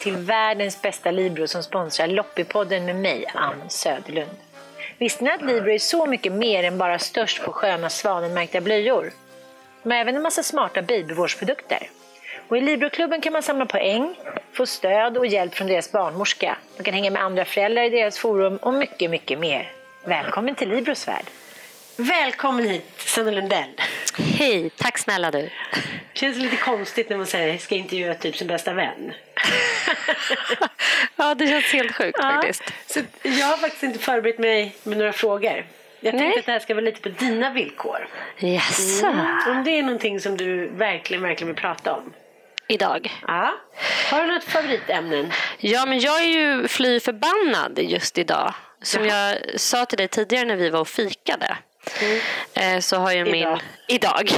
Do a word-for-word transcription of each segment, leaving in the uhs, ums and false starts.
till världens bästa Libro som sponsrar Loppipodden med mig, Ann Söderlund. Visste ni att Libro är så mycket mer än bara störst på sköna svanenmärkta blöjor? De har även en massa smarta babyvårdsprodukter. Och i Libroklubben kan man samla poäng, få stöd och hjälp från deras barnmorska. Man kan hänga med andra föräldrar i deras forum och mycket, mycket mer. Välkommen till Libros värld. Välkommen hit, Sanna Lundell. Hej, tack snälla du. Det känns lite konstigt när man säger att jag ska intervjua typ sin bästa vän. Ja, det känns helt sjukt ja. faktiskt. Så jag har faktiskt inte förberett mig med några frågor. Jag tänkte Nej. att det här ska vara lite på dina villkor. Yes. Mm. Om det är någonting som du verkligen, verkligen vill prata om. Idag. Ja. Har du något favoritämnen? Ja, men jag är ju fly förbannad just idag. Som Jaha. jag sa till dig tidigare när vi var och fikade. Mm. Eh, så har ju min... Idag. Idag.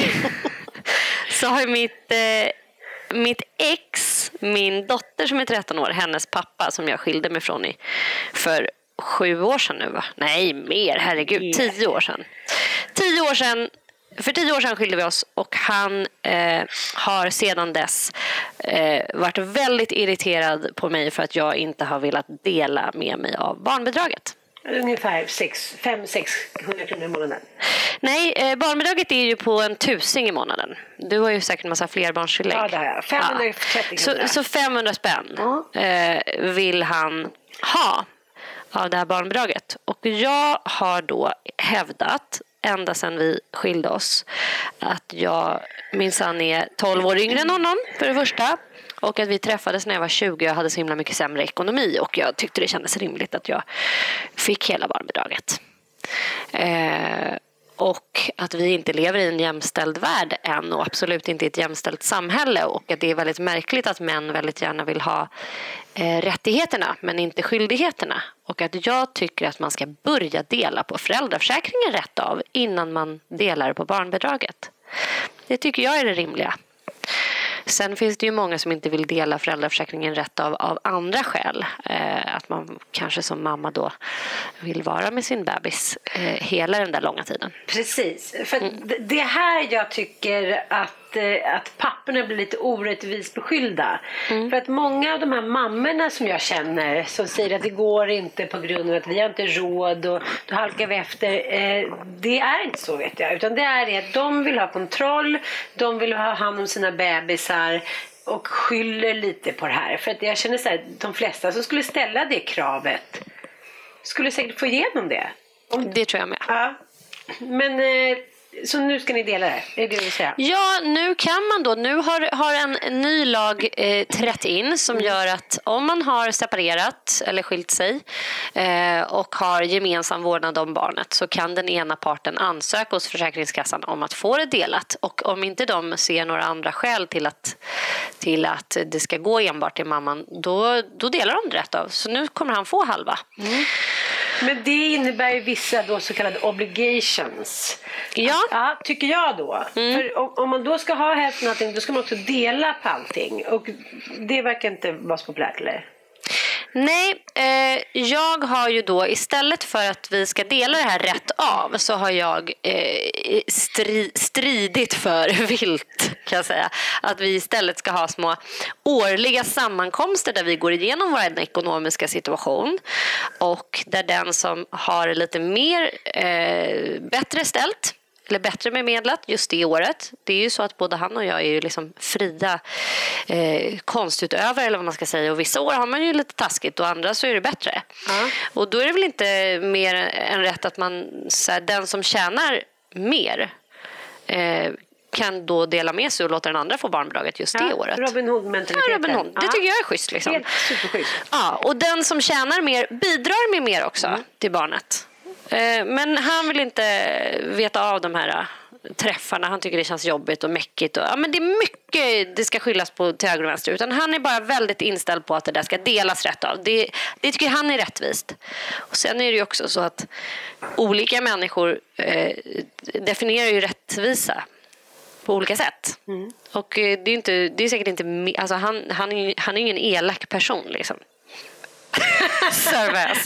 så har ju mitt... Eh, mitt ex, min dotter som är tretton år, hennes pappa som jag skilde mig från i för sju år sedan nu va? Nej, mer, herregud, yeah. tio år sedan. Tio år sedan, för tio år sedan skilde vi oss och han eh, har sedan dess eh, varit väldigt irriterad på mig för att jag inte har velat dela med mig av barnbidraget. Ungefär fem till sex hundra kronor i månaden. Nej, eh, barnbidraget är ju på en tusing i månaden. Du har ju säkert en massa flerbarnstillägg. Ja, det har jag. femhundratrettio kronor. Så, så femhundra spänn mm. eh, vill han ha av det här barnbidraget. Och jag har då hävdat, ända sedan vi skilde oss, att jag minsann är tolv år yngre än honom, för det första. Och att vi träffades när jag var tjugo. Jag hade så himla mycket sämre ekonomi. Och jag tyckte det kändes rimligt att jag fick hela barnbidraget. Eh, och att vi inte lever i en jämställd värld än. Och absolut inte i ett jämställt samhälle. Och att det är väldigt märkligt att män väldigt gärna vill ha eh, rättigheterna. Men inte skyldigheterna. Och att jag tycker att man ska börja dela på föräldraförsäkringen rätt av. Innan man delar på barnbidraget. Det tycker jag är det rimliga. Sen finns det ju många som inte vill dela föräldraförsäkringen rätt av, av andra skäl. Eh, att man kanske som mamma då vill vara med sin bebis eh, hela den där långa tiden. Precis. För mm. det här jag tycker att, eh, att papporna blir lite orättvist beskyllda. Mm. För att många av de här mammorna som jag känner som säger att det går inte på grund av att vi har inte råd och då halkar vi efter. Eh, det är inte så vet jag. Utan det är att de vill ha kontroll, de vill ha hand om sina bebisar och skyller lite på det här. För att jag känner så här, de flesta som skulle ställa det kravet skulle säkert få igenom det. Om... Det tror jag med. Ja. Men eh, så nu ska ni dela det, är det det du säger? Ja, nu kan man då. Nu har, har en, en ny lag eh, trätt in som mm. gör att om man har separerat eller skilt sig eh, och har gemensam vårdnad om barnet så kan den ena parten ansöka hos Försäkringskassan om att få det delat. Och om inte de ser några andra skäl till att, till att det ska gå enbart till mamman, då, då delar de det rätt av. Så nu kommer han få halva. Mm. Men det innebär ju vissa då så kallade obligations. Ja. Ja, tycker jag då. Mm. För om, om man då ska ha hälften av allting, då ska man också dela på allting. Och det verkar inte vara så populärt, eller? Nej, eh, jag har ju då istället för att vi ska dela det här rätt av så har jag eh, stri, stridit för vilt kan jag säga. Att vi istället ska ha små årliga sammankomster där vi går igenom vår ekonomiska situation och där den som har lite mer eh, bättre ställt eller bättre bemedlat just det året. Det är ju så att både han och jag är ju liksom fria eh, konstutövare eller vad man ska säga. Och vissa år har man ju lite taskigt och andra så är det bättre. Mm. Och då är det väl inte mer än rätt att man, så här, den som tjänar mer eh, kan då dela med sig och låta den andra få barnbidraget just ja, det året. Robin Hood-mentaliteten. Ja, Robin Hood. Det tycker jag är schysst. Liksom. Helt superschysst. Ja, och den som tjänar mer bidrar med mer också mm. till barnet. Men han vill inte veta av de här träffarna. Han tycker det känns jobbigt och mäckigt. Och, ja, men det är mycket det ska skyllas på till höger och vänster. Utan han är bara väldigt inställd på att det där ska delas rätt av. Det, det tycker han är rättvist. Och sen är det ju också så att olika människor eh, definierar ju rättvisa på olika sätt. Mm. Och det är, inte, det är säkert inte... Alltså han, han, är, han är ingen elak person liksom. Servas.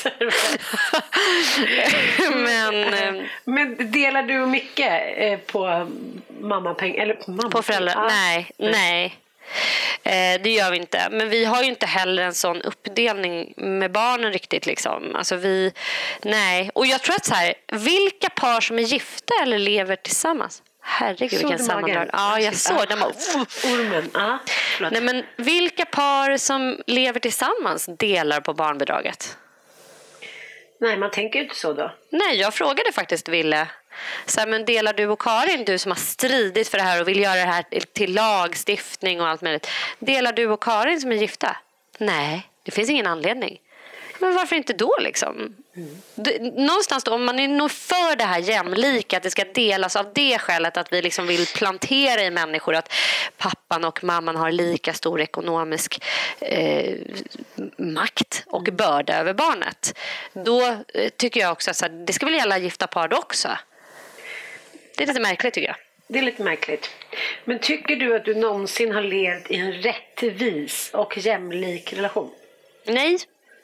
men, men delar du mycket på mammapengar eller på, mamma på föräldrar? Ah. Nej, nej. Eh, det gör vi inte. Men vi har ju inte heller en sån uppdelning med barnen riktigt. Liksom. Alltså vi, nej. Och jag tror att så här, vilka par som är gifta eller lever tillsammans? Herregud, såg vilken sammandrag. Ja, jag såg den. Ormen. Ja, nej, men vilka par som lever tillsammans delar på barnbidraget? Nej, man tänker ju inte så då. Nej, jag frågade faktiskt Ville. Så här, men delar du och Karin, du som har stridit för det här och vill göra det här till lagstiftning och allt möjligt. Delar du och Karin som är gifta? Nej, det finns ingen anledning. Men varför inte då liksom? Mm. Det, någonstans då, om man är nog för det här jämlika, att det ska delas av det skälet att vi liksom vill plantera i människor att pappan och mamman har lika stor ekonomisk eh, makt och börda över barnet. Då eh, tycker jag också att det ska väl gälla gifta par då också. Det är lite märkligt tycker jag. Det är lite märkligt. Men tycker du att du någonsin har levt i en rättvis och jämlik relation? Nej.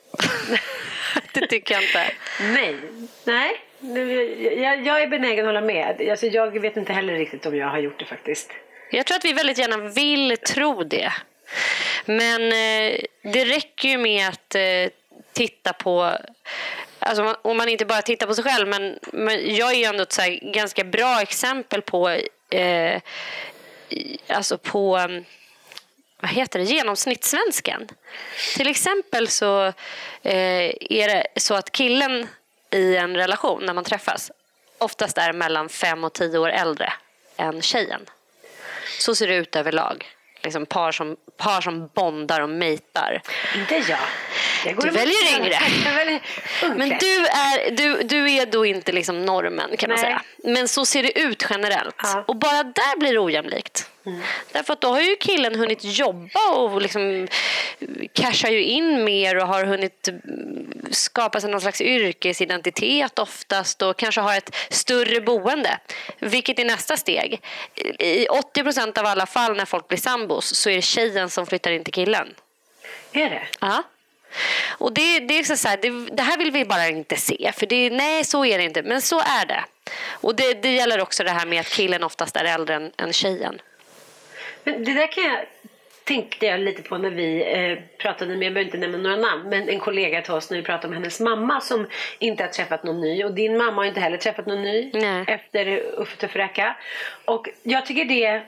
Det tycker jag inte. Nej. Nej. Jag, jag är benägen att hålla med. Alltså, jag vet inte heller riktigt om jag har gjort det faktiskt. Jag tror att vi väldigt gärna vill tro det. Men eh, det räcker ju med att eh, titta på... Alltså om man inte bara tittar på sig själv, men, men jag är ju ändå ett så här ganska bra exempel på eh, alltså på vad heter det, genomsnittssvensken. Till exempel så eh, är det så att killen i en relation när man träffas oftast är mellan fem och tio år äldre än tjejen. Så ser det ut överlag. Liksom par som, par som bondar och mejtar. Inte jag. jag du väljer yngre. Väljer Men du är, du, du är då inte liksom normen kan man Nej. säga. Men så ser det ut generellt. Ja. Och bara där blir det ojämlikt. Mm. Därför att då har ju killen hunnit jobba och liksom cashar ju in mer och har hunnit skapa sig någon slags yrkesidentitet oftast och kanske har ett större boende. Vilket är nästa steg. I åttio procent av alla fall när folk blir sambos så är det tjejen som flyttar in till killen. Är det? Ja. Och det, det är så här, det, det här vill vi bara inte se. För det, nej, så är det inte. Men så är det. Och det, det gäller också det här med att killen oftast är äldre än, än tjejen. Men det där kan jag tänkte jag lite på när vi eh, pratade med, jag behöver inte nämna några namn, men en kollega till oss när vi pratade om hennes mamma som inte har träffat någon ny. Och din mamma har inte heller träffat någon ny. Nej. Efter Uffe Fräcka. Och jag tycker det är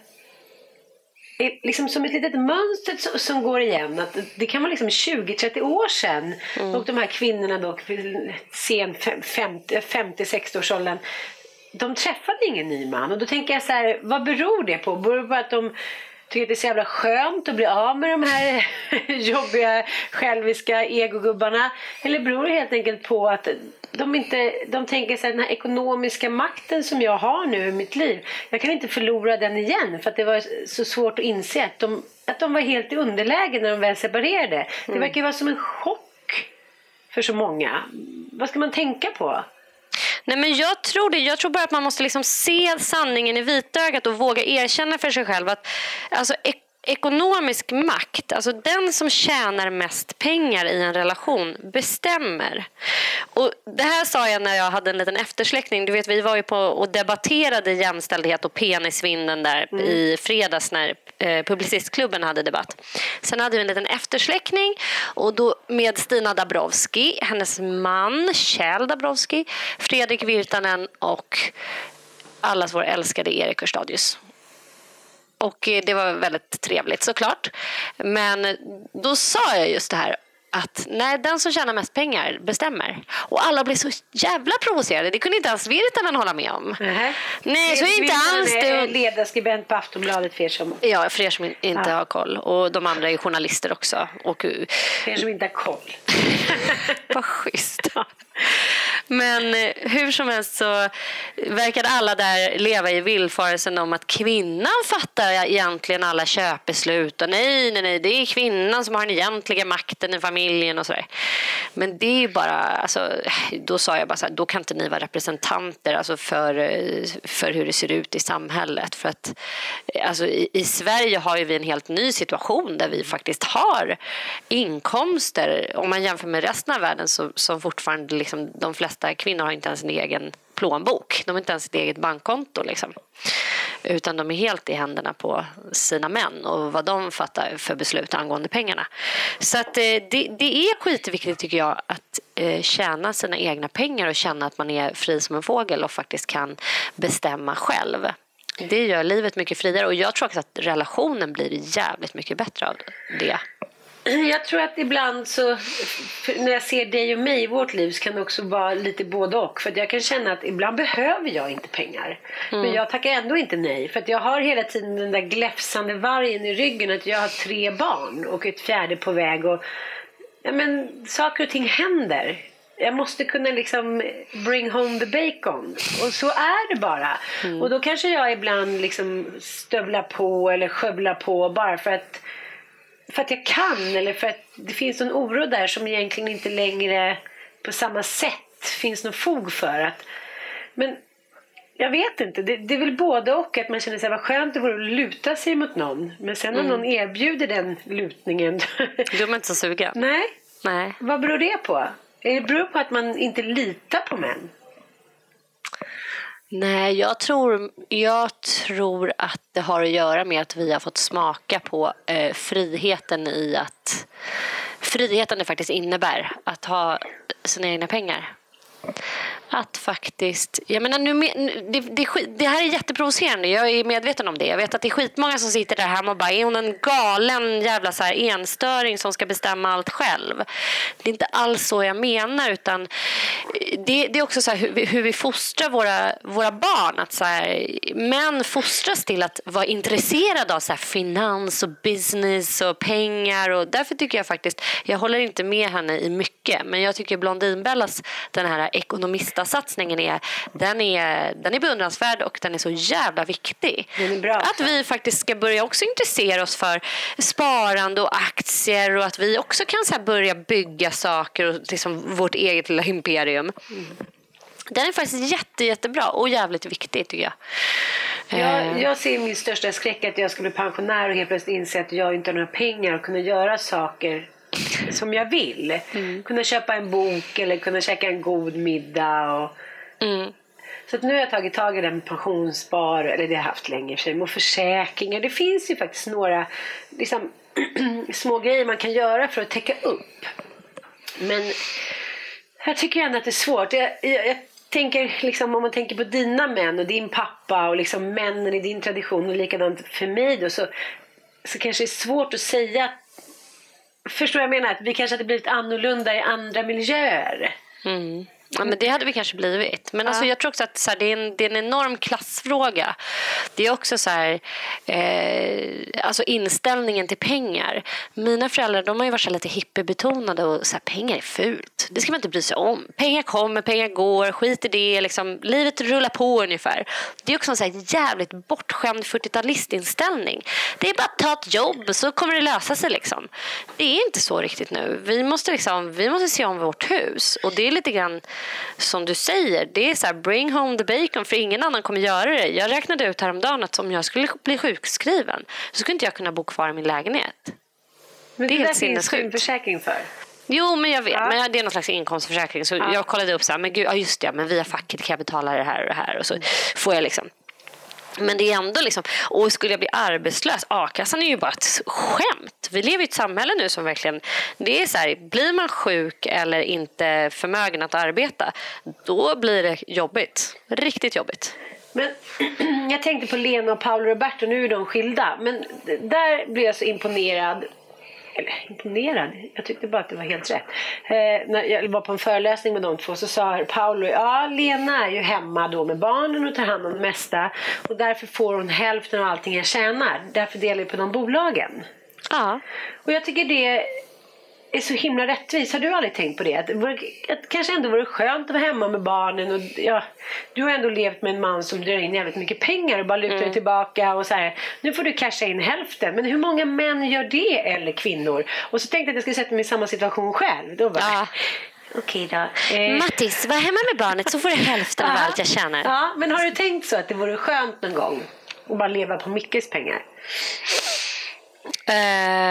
liksom som ett litet mönster som går igen. Att det kan vara liksom tjugo till trettio år sedan. Mm. Och de här kvinnorna då, sen femtio till sextio årsåldern, de träffade ingen ny man. Och då tänker jag så här, vad beror det på? Beror det på att de tycker att det är så jävla skönt att bli av med de här jobbiga, själviska egogubbarna? Eller beror det helt enkelt på att de inte, de tänker sig den här ekonomiska makten som jag har nu i mitt liv, jag kan inte förlora den igen, för att det var så svårt att inse att de, att de var helt i underläge när de väl separerade. Mm. Det verkar ju vara som en chock för så många. Vad ska man tänka på? Nej, men jag tror det. Jag tror bara att man måste liksom se sanningen i vitögat och våga erkänna för sig själv att alltså, ek- ekonomisk makt, alltså den som tjänar mest pengar i en relation bestämmer. Och det här sa jag när jag hade en liten eftersläckning. Du vet, vi var ju på och debatterade jämställdhet och penisvinden där mm. i fredags när eh, Publicistklubben hade debatt. Sen hade vi en liten eftersläckning och då med Stina Dabrowski, hennes man Kjell Dabrowski, Fredrik Virtanen och allas vår älskade Erik Hörstadius. Och det var väldigt trevligt såklart. Men då sa jag just det här att nej, den som tjänar mest pengar bestämmer. Och alla blev så jävla provocerade. Det kunde inte ens Virtanen hålla med om. Mm-hmm. Nej, så är inte alls det. Är ledarskribent på Aftonbladet för er som... Ja, för er som inte ja. har koll. Och de andra är journalister också. Och... För er som inte har koll. Vad schysst. Men hur som helst så verkade alla där leva i villfarelsen om att kvinnan fattar egentligen alla köpbeslut. Och nej, nej, nej, det är kvinnan som har den egentliga makten i familjen och sådär. Men det är ju bara, alltså, då sa jag bara så här, då kan inte ni vara representanter alltså för, för hur det ser ut i samhället. För att alltså, i, i Sverige har ju vi en helt ny situation där vi faktiskt har inkomster. Om man jämför med resten av världen så, som fortfarande liksom, de flesta kvinnor har inte ens en egen plånbok. De har inte ens ett eget bankkonto liksom. utan de är helt i händerna på sina män och vad de fattar för beslut angående pengarna. Så att, eh, det, det är skitviktigt tycker jag att eh, tjäna sina egna pengar och känna att man är fri som en fågel och faktiskt kan bestämma själv. Det gör livet mycket friare och jag tror också att relationen blir jävligt mycket bättre av det. Jag tror att ibland så, när jag ser dig och mig i vårt liv så kan det också vara lite både och. För att jag kan känna att ibland behöver jag inte pengar. Mm. Men jag tackar ändå inte nej. För att jag har hela tiden den där gläfsande vargen i ryggen att jag har tre barn och ett fjärde på väg. Och, ja, men saker och ting händer. Jag måste kunna liksom bring home the bacon. Och så är det bara. Mm. Och då kanske jag ibland liksom stövlar på eller skövlar på bara för att För att jag kan eller för att det finns en oro där som egentligen inte längre på samma sätt finns någon fog för. Att, men jag vet inte, det, det är väl både och att man känner sig vad skönt det vore att luta sig mot någon. Men sen om mm. någon erbjuder den lutningen. Då är man inte så sugen. Nej. Nej. Vad beror det på? Är det beror på att man inte litar på män? Nej, jag tror, jag tror att det har att göra med att vi har fått smaka på eh, friheten i att friheten det faktiskt innebär att ha sina egna pengar. Att faktiskt, jag menar nu, det, det, det här är jätteprovocerande, jag är medveten om det. Jag vet att det är skitmånga som sitter där hemma och bara är hon en galen jävla så här enstöring som ska bestämma allt själv. Det är inte alls så jag menar, utan det, det är också så här hur, hur vi fostrar våra, våra barn. Att så här, män fostras till att vara intresserade av så här finans och business och pengar, och därför tycker jag faktiskt, jag håller inte med henne i mycket, men jag tycker Blondinbellas den här ekonomist satsningen är den är den är beundransvärd och den är så jävla viktig. Den är bra. Att vi faktiskt ska börja också intressera oss för sparande och aktier, och att vi också kan så här börja bygga saker och liksom vårt eget lilla imperium. Mm. Den är faktiskt jätte, jättebra och jävligt viktig tycker jag. Jag, jag ser min största skräck att jag ska bli pensionär och helt plötsligt inse att jag inte har några pengar och kunna göra saker som jag vill. Mm. Kunna köpa en bok eller kunna käka en god middag. Och... Mm. Så att nu har jag tagit tag i den pensionsspar, eller det har jag haft länge för sig, och försäkringar. Det finns ju faktiskt några liksom, små grejer man kan göra för att täcka upp. Men jag tycker ändå att det är svårt. Jag, jag, jag tänker liksom, om man tänker på dina män och din pappa och liksom männen i din tradition och likadant för mig då, så, så kanske det är svårt att säga. Förstår jag menar att vi kanske hade blivit annorlunda i andra miljöer. Mm. Ja, men det hade vi kanske blivit. Men ja. Alltså, jag tror också att så här, det, är en, det är en enorm klassfråga. Det är också så här, eh, alltså inställningen till pengar. Mina föräldrar, de har ju varit så lite hippiebetonade och så här, pengar är fult. Det ska man inte bry sig om. Pengar kommer, pengar går, skit i det. Liksom, livet rullar på ungefär. Det är också en så här jävligt bortskämd fyrtiotalist-inställning. Det är bara att ta ett jobb så kommer det lösa sig. Liksom. Det är inte så riktigt nu. Vi måste, liksom, vi måste se om vårt hus. Och det är lite grann som du säger, det är så här, bring home the bacon, för ingen annan kommer göra det. Jag räknade ut häromdagen att om jag skulle bli sjukskriven så skulle inte jag kunna bo kvar i min lägenhet. Men det är helt sinnessjukt. Det finns en försäkring för. Jo, men jag vet, ja. Men det är någon slags inkomstförsäkring, så ja. Jag kollade upp så här, men gud, ja just det, men via facket kan jag betala det här och det här, och så får jag liksom. Men det är ändå liksom, och skulle jag bli arbetslös, a-kassan är ju bara ett skämt. Vi lever i ett samhälle nu som verkligen, det är så här, blir man sjuk eller inte förmögen att arbeta, då blir det jobbigt, riktigt jobbigt. Men jag tänkte på Lena och Paolo Roberto, nu är de skilda, men där blev jag så imponerad. Eller imponerad, jag tyckte bara att det var helt rätt. Eh, när jag var på en föreläsning med de två så sa Paolo, ja Lena är ju hemma då med barnen och tar hand om det mesta, och därför får hon hälften av allting jag tjänar, därför delar jag på de bolagen. Ja. Och jag tycker det är så himla rättvist. Har du aldrig tänkt på det? Att, att kanske ändå vore skönt att vara hemma med barnen. Och, ja, du har ändå levt med en man som drar in jävligt mycket pengar och bara lutar mm. tillbaka och så här, nu får du casha in hälften. Men hur många män gör det, eller kvinnor? Och så tänkte jag att jag skulle sätta mig i samma situation själv. Då bara, ja. Okej då. Eh. Mattis, var hemma med barnet så får du hälften av allt jag tjänar. Ja, men har du tänkt så att det vore skönt någon gång att bara leva på Mickes pengar? Uh,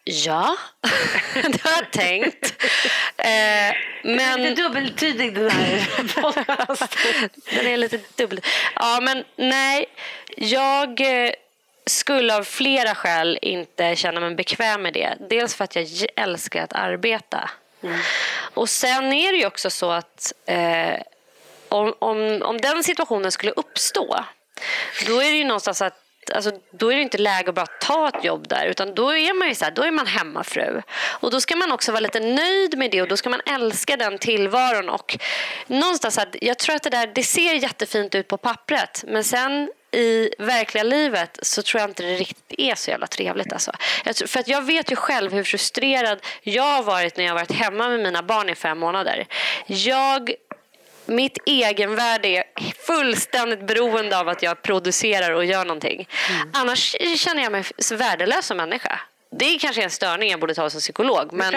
Ja, det har jag tänkt. Eh, men... Lite dubbeltydig den här podcasten. Den är lite dubbel. Ja, men nej. Jag skulle av flera skäl inte känna mig bekväm med det. Dels för att jag älskar att arbeta. Mm. Och sen är det ju också så att eh, om, om, om den situationen skulle uppstå, då är det ju någonstans att alltså, då är det inte läge att bara ta ett jobb där, utan då är man ju så här, då är man hemmafru. Och då ska man också vara lite nöjd med det, och då ska man älska den tillvaron. Och någonstans att jag tror att det där, det ser jättefint ut på pappret, men sen i verkliga livet så tror jag inte det riktigt är så jävla trevligt alltså. Jag tror, för att jag vet ju själv hur frustrerad jag har varit när jag har varit hemma med mina barn i fem månader. Jag Mitt egenvärde är fullständigt beroende av att jag producerar och gör någonting. Mm. Annars känner jag mig värdelös som människa. Det är kanske en störning jag borde ta som psykolog. Men,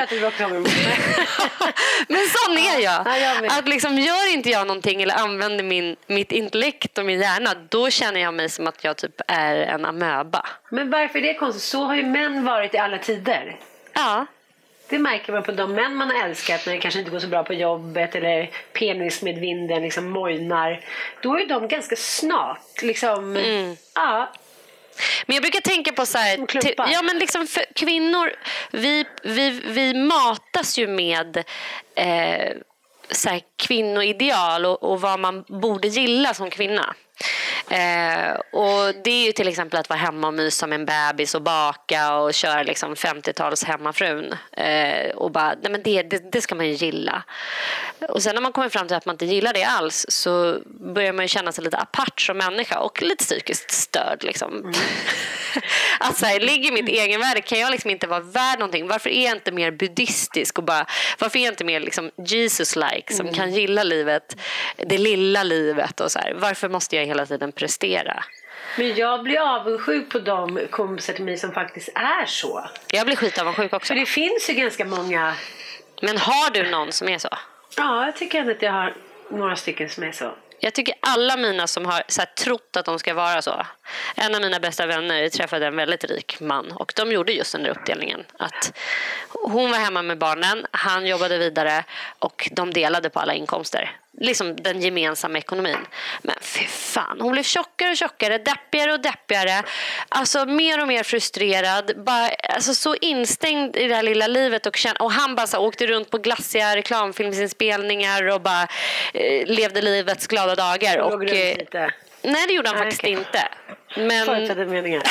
men sån är jag. Ja, jag att liksom, gör inte jag någonting eller använder min, mitt intellekt och min hjärna, då känner jag mig som att jag typ är en amöba. Men varför är det konstigt? Så har ju män varit i alla tider. Ja. Det märker man på de män man har älskat när det kanske inte går så bra på jobbet eller penis med vinden liksom mojnar. Då är de ganska snart liksom, mm. ja. Men jag brukar tänka på så här, till, ja men liksom för kvinnor, vi, vi, vi matas ju med eh, så här, kvinnoideal och, och vad man borde gilla som kvinna. Eh, och det är ju till exempel att vara hemma och mysa med en bebis och baka och köra liksom femtio-tals hemmafrun eh, och bara, nej men det, det, det ska man ju gilla. Och sen när man kommer fram till att man inte gillar det alls, så börjar man ju känna sig lite apart som människa och lite psykiskt störd liksom. Mm. Alltså här, ligger mitt egenvärde, kan jag liksom inte vara värd någonting? Varför är jag inte mer buddhistisk och bara, varför är jag inte mer liksom Jesus-like som mm. kan gilla livet, det lilla livet och så här? Varför måste jag hela tiden prestera? Men jag blir avundsjuk på de kompisar till mig som faktiskt är så. Jag blir skitavundsjuk också. För det finns ju ganska många. Men har du någon som är så? Ja, jag tycker ändå att jag har några stycken som är så. Jag tycker alla mina som har så här, trott att de ska vara så. En av mina bästa vänner träffade en väldigt rik man. Och de gjorde just den där uppdelningen. Att hon var hemma med barnen, han jobbade vidare och de delade på alla inkomster. Liksom den gemensamma ekonomin. Men fy fan, hon blev tjockare och tjockare, deppigare och deppigare. Alltså mer och mer frustrerad. Bara, alltså, så instängd i det här lilla livet. Och, kände, och han bara så, åkte runt på glassiga reklamfilmsinspelningar och bara eh, levde livets glada dagar. Och, och eh, nej, det gjorde han ah, faktiskt okay. inte. Men... Förutsatte meningar.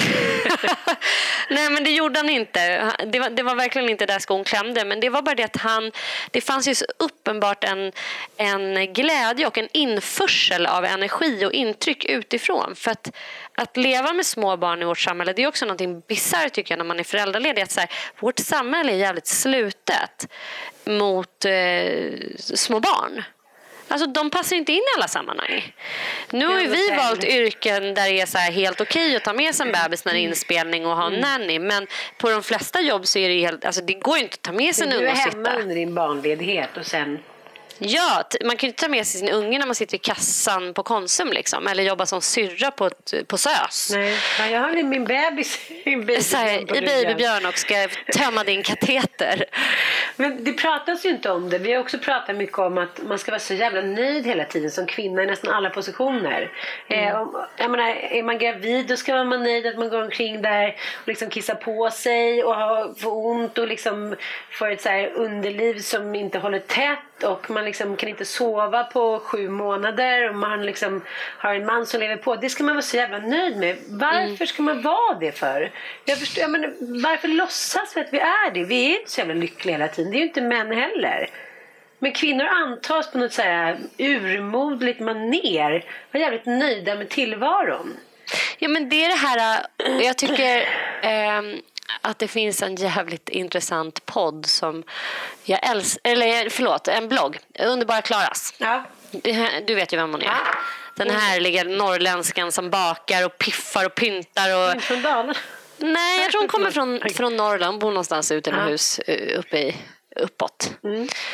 Nej, men det gjorde han inte. Det var, det var verkligen inte där skon klämde. Men det var bara det att han... Det fanns ju så uppenbart en, en glädje och en införsel av energi och intryck utifrån. För att, att leva med små barn i vårt samhälle, det är också någonting bizarrt tycker jag när man är föräldraledig. Att så här, vårt samhälle är jävligt slutet mot eh, små barn. Alltså de passar inte in i alla sammanhang. Nu har ju vi valt yrken där det är så här helt okej att ta med sig en bebis när det är inspelning och ha en nanny. Men på de flesta jobb så är det helt, alltså det går ju inte att ta med sig en unge och sitta. Du är hemma under din barnledighet och sen... Ja, man kan ju inte ta med sig sin unge när man sitter i kassan på Konsum liksom. Eller jobba som syrra på, på SÖS. Nej, jag har min bebis i babybjörn, i babybjörn och ska tömma din kateter. Men det pratas ju inte om det. Vi har också pratat mycket om att man ska vara så jävla nöjd hela tiden som kvinna i nästan alla positioner. Mm. Eh, om, jag menar, är man gravid då ska man vara nöjd att man går omkring där och liksom kissar på sig och har, får ont och liksom får ett så här underliv som inte håller tätt. Och man liksom kan inte sova på sju månader. Och man liksom har en man som lever på. Det ska man vara så jävla nöjd med. Varför mm. ska man vara det för? Jag förstår, jag menar, varför låtsas vi att vi är det? Vi är inte så jävla lyckliga hela tiden. Det är ju inte män heller. Men kvinnor antas på något så här urmodligt maner. Var jävligt nöjda med tillvaron. Ja, men det är det här. Jag tycker... Eh, att det finns en jävligt intressant podd som jag älskar, eller förlåt, en blogg, Underbara Klaras. Ja. Du vet ju vem hon är. Ja. Den härliga norrländskan som bakar och piffar och pyntar och... Från Dalarna. Nej, jag tror hon kommer från, från Norrland, bor någonstans ute i ja. hus uppe i, uppåt. Mm.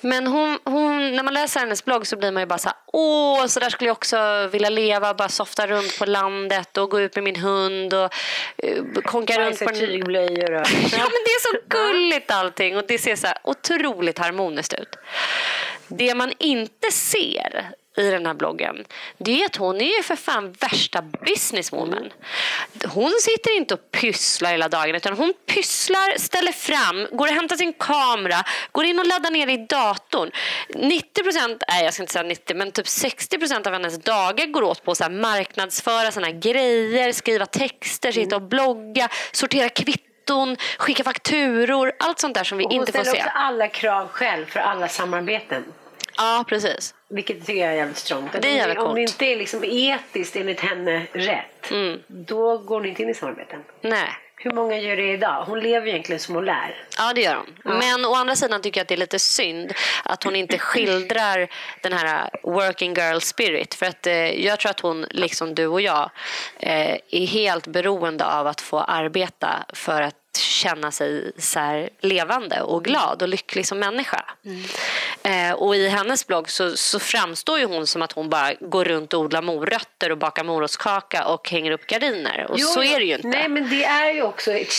Men hon, hon, när man läser hennes blogg så blir man ju bara så här, åh, så där skulle jag också vilja leva, bara softa runt på landet och gå ut med min hund och uh, konka runt på tygblöjor och... Ja, men det är så gulligt allting och det ser så här otroligt harmoniskt ut. Det man inte ser i den här bloggen, det är att hon är ju för fan värsta businesswoman. Hon sitter inte och pysslar hela dagen, utan hon pysslar, ställer fram, går och hämtar sin kamera, går in och laddar ner i datorn. nittio procent, nej jag ska inte säga nittio, men typ sextio procent av hennes dagar går åt på att marknadsföra såna grejer, skriva texter, sitta och blogga, sortera kvitton, skicka fakturor, allt sånt där som vi och inte får se. hon ställer också alla krav själv för alla samarbeten. Ja, precis. Vilket tycker jag är jävligt strångt. Det är jävligt om, coolt. om det inte är liksom etiskt enligt henne rätt, mm. då går hon inte in i samarbeten. Nej. Hur många gör det idag? Hon lever egentligen som hon lär. Ja, det gör hon. Ja. Men å andra sidan tycker jag att det är lite synd att hon inte skildrar den här working girl spirit. För att eh, jag tror att hon, liksom du och jag, eh, är helt beroende av att få arbeta för att känna sig så här levande och glad och lycklig som människa. Mm. Eh, och i hennes blogg så, så framstår ju hon som att hon bara går runt och odlar morötter och bakar morotskaka och hänger upp gardiner. Och jo, så är det ju inte. Nej, men det är ju också ett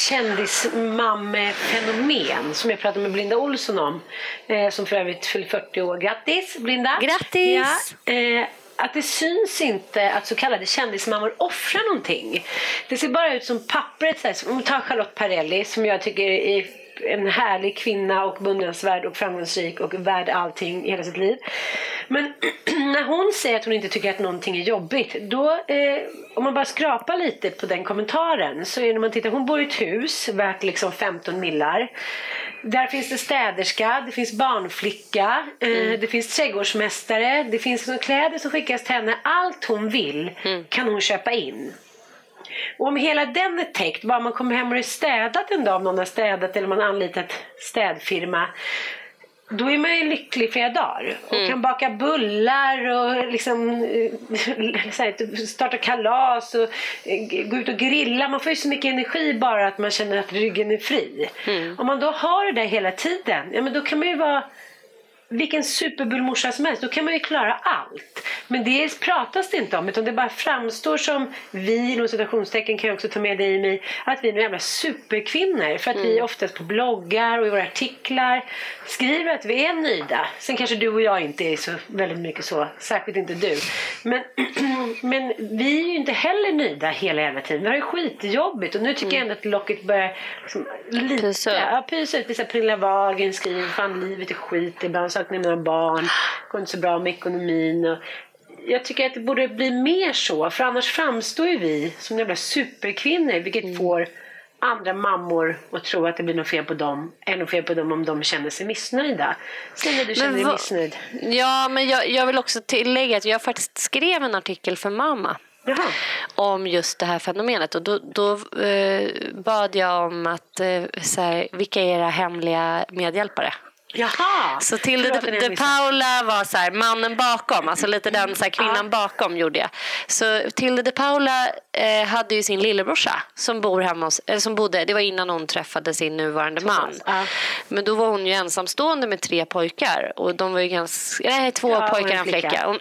kändismamme-fenomen som jag pratade med Blinda Olsson om. Eh, som för övrigt fyller fyrtio år. Grattis, Blinda! Grattis! Ja, eh, att det syns inte att så kallade kändismammor offrar någonting. Det ser bara ut som pappret. Så här, om vi tar Charlotte Perrelli som jag tycker är en härlig kvinna och beundransvärd och framgångsrik och värd allting i hela sitt liv. Men när hon säger att hon inte tycker att någonting är jobbigt, då, eh, om man bara skrapar lite på den kommentaren, så är det när man tittar, hon bor i ett hus värt liksom femton millar. Där finns det städerska, det finns barnflicka, mm. eh, det finns trädgårdsmästare, det finns liksom kläder som skickas till henne. Allt hon vill mm. kan hon köpa in. Och om hela den är täckt, bara man kommer hem och är städat en dag, om någon har städat eller man har anlitat städfirma, då är man ju lycklig flera dagar och mm. kan baka bullar och liksom starta kalas och gå ut och grilla. Man får ju så mycket energi bara att man känner att ryggen är fri. Mm. Om man då har det där hela tiden, ja, men då kan man ju vara vilken superbullmorsa som helst, då kan man ju klara allt. Men det pratas det inte om, utan det bara framstår som vi, inom citationstecken kan jag också ta med dig i mig, att vi är några jävla superkvinnor. För att mm. vi oftast på bloggar och i våra artiklar skriver att vi är nöjda. Sen kanske du och jag inte är så väldigt mycket så, särskilt inte du. Men, men vi är ju inte heller nöjda hela jävla tiden. Vi har ju skitjobbigt och nu tycker mm. jag ändå att locket börjar liksom, lite, pysa ja, pysa ut. Vissa Pernilla Wahlgren skriver, fan livet är skit, ibland saknar mina barn, går inte så bra med ekonomin och jag tycker att det borde bli mer så, för annars framstår ju vi som jävla superkvinnor, vilket mm. får andra mammor att tro att det blir något fel på dem, än något fel på dem om de känner sig missnöjda. Sen när du känner dig missnöjd. Ja, men jag, jag vill också tillägga att jag faktiskt skrev en artikel för mamma. Jaha. Om just det här fenomenet, och då, då eh, bad jag om att eh, så här, vilka är era hemliga medhjälpare? Jaha. Så till de, de Paula var så här, mannen bakom, alltså lite den så här, kvinnan ja. bakom gjorde jag. Så Tilde de Paula eh, hade ju sin lillebrorsa som bor hemma hos, eller som bodde, det var innan hon träffade sin nuvarande man. Ja. Men då var hon ju ensamstående med tre pojkar och de var ju ganska, nej, två ja, pojkar och en flicka. flicka. Och,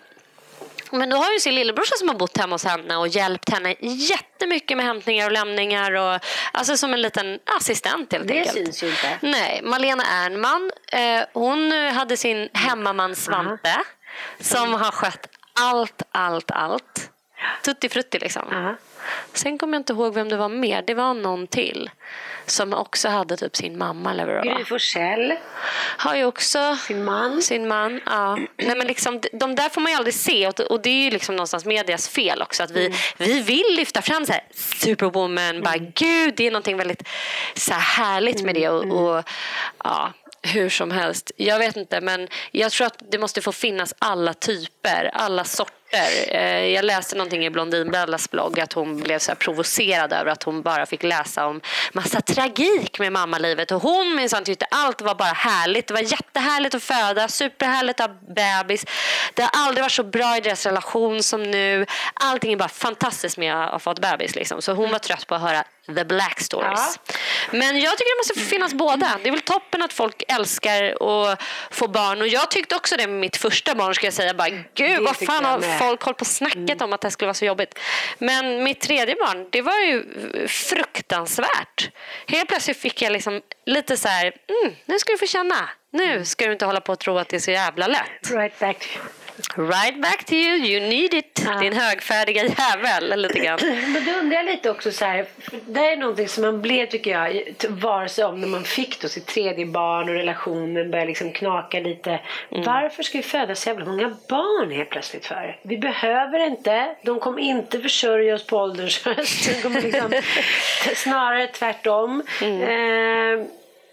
men då har ju sin lillebrorsa som har bott hemma hos henne och hjälpt henne jättemycket med hämtningar och lämningar. Och, alltså som en liten assistent helt det enkelt. Det syns ju inte. Nej, Malena Ernman, eh, hon hade sin hemmaman Svante uh-huh. som har skött allt, allt, allt. Tutti frutti liksom. Uh-huh. Sen kommer jag inte ihåg vem det var mer. Det var någon till som också hade typ sin mamma eller vad det var. Gry Forssell har ju också sin man. Sin man, ja. Nej, men liksom, de där får man ju aldrig se, och, och det är ju liksom någonstans medias fel också, att vi, mm. vi vill lyfta fram så här superwoman, mm. bara gud, det är någonting väldigt så här härligt mm. med det och, och ja, hur som helst. Jag vet inte, men jag tror att det måste få finnas alla typer, alla sorter aborter. Jag läste någonting i Blondinbellas blogg att hon blev så här provocerad över att hon bara fick läsa om massa tragik med mammalivet. Och hon minsann tyckte allt var bara härligt. Det var jättehärligt att föda, superhärligt att ha bebis. Det har aldrig varit så bra i deras relation som nu. Allting är bara fantastiskt med att ha fått bebis. Liksom. Så hon var trött på att höra the black stories. Ja. Men jag tycker det måste finnas båda. Det är väl toppen att folk älskar att få barn. Och jag tyckte också det med mitt första barn, ska jag säga. Bara, gud, vad fan har folk hållit på snacket mm. om att det skulle vara så jobbigt. Men mitt tredje barn, det var ju fruktansvärt. Helt plötsligt fick jag liksom lite så här, mm, nu ska du få känna. Nu ska du inte hålla på och tro att det är så jävla lätt. Right back. Right back to you, you need it. Ja. Din högfärdiga jävel lite grann. Men då undrar jag lite också så här, det är någonting som man blev, tycker jag, vare sig om när man fick då sitt tredje barn och relationen började liksom knaka lite. Mm. Varför ska vi föda så jävla många barn helt plötsligt för? Vi behöver inte, de kommer inte försörja oss på ålderns höst. De kommer liksom, snarare tvärtom. Mm. Eh,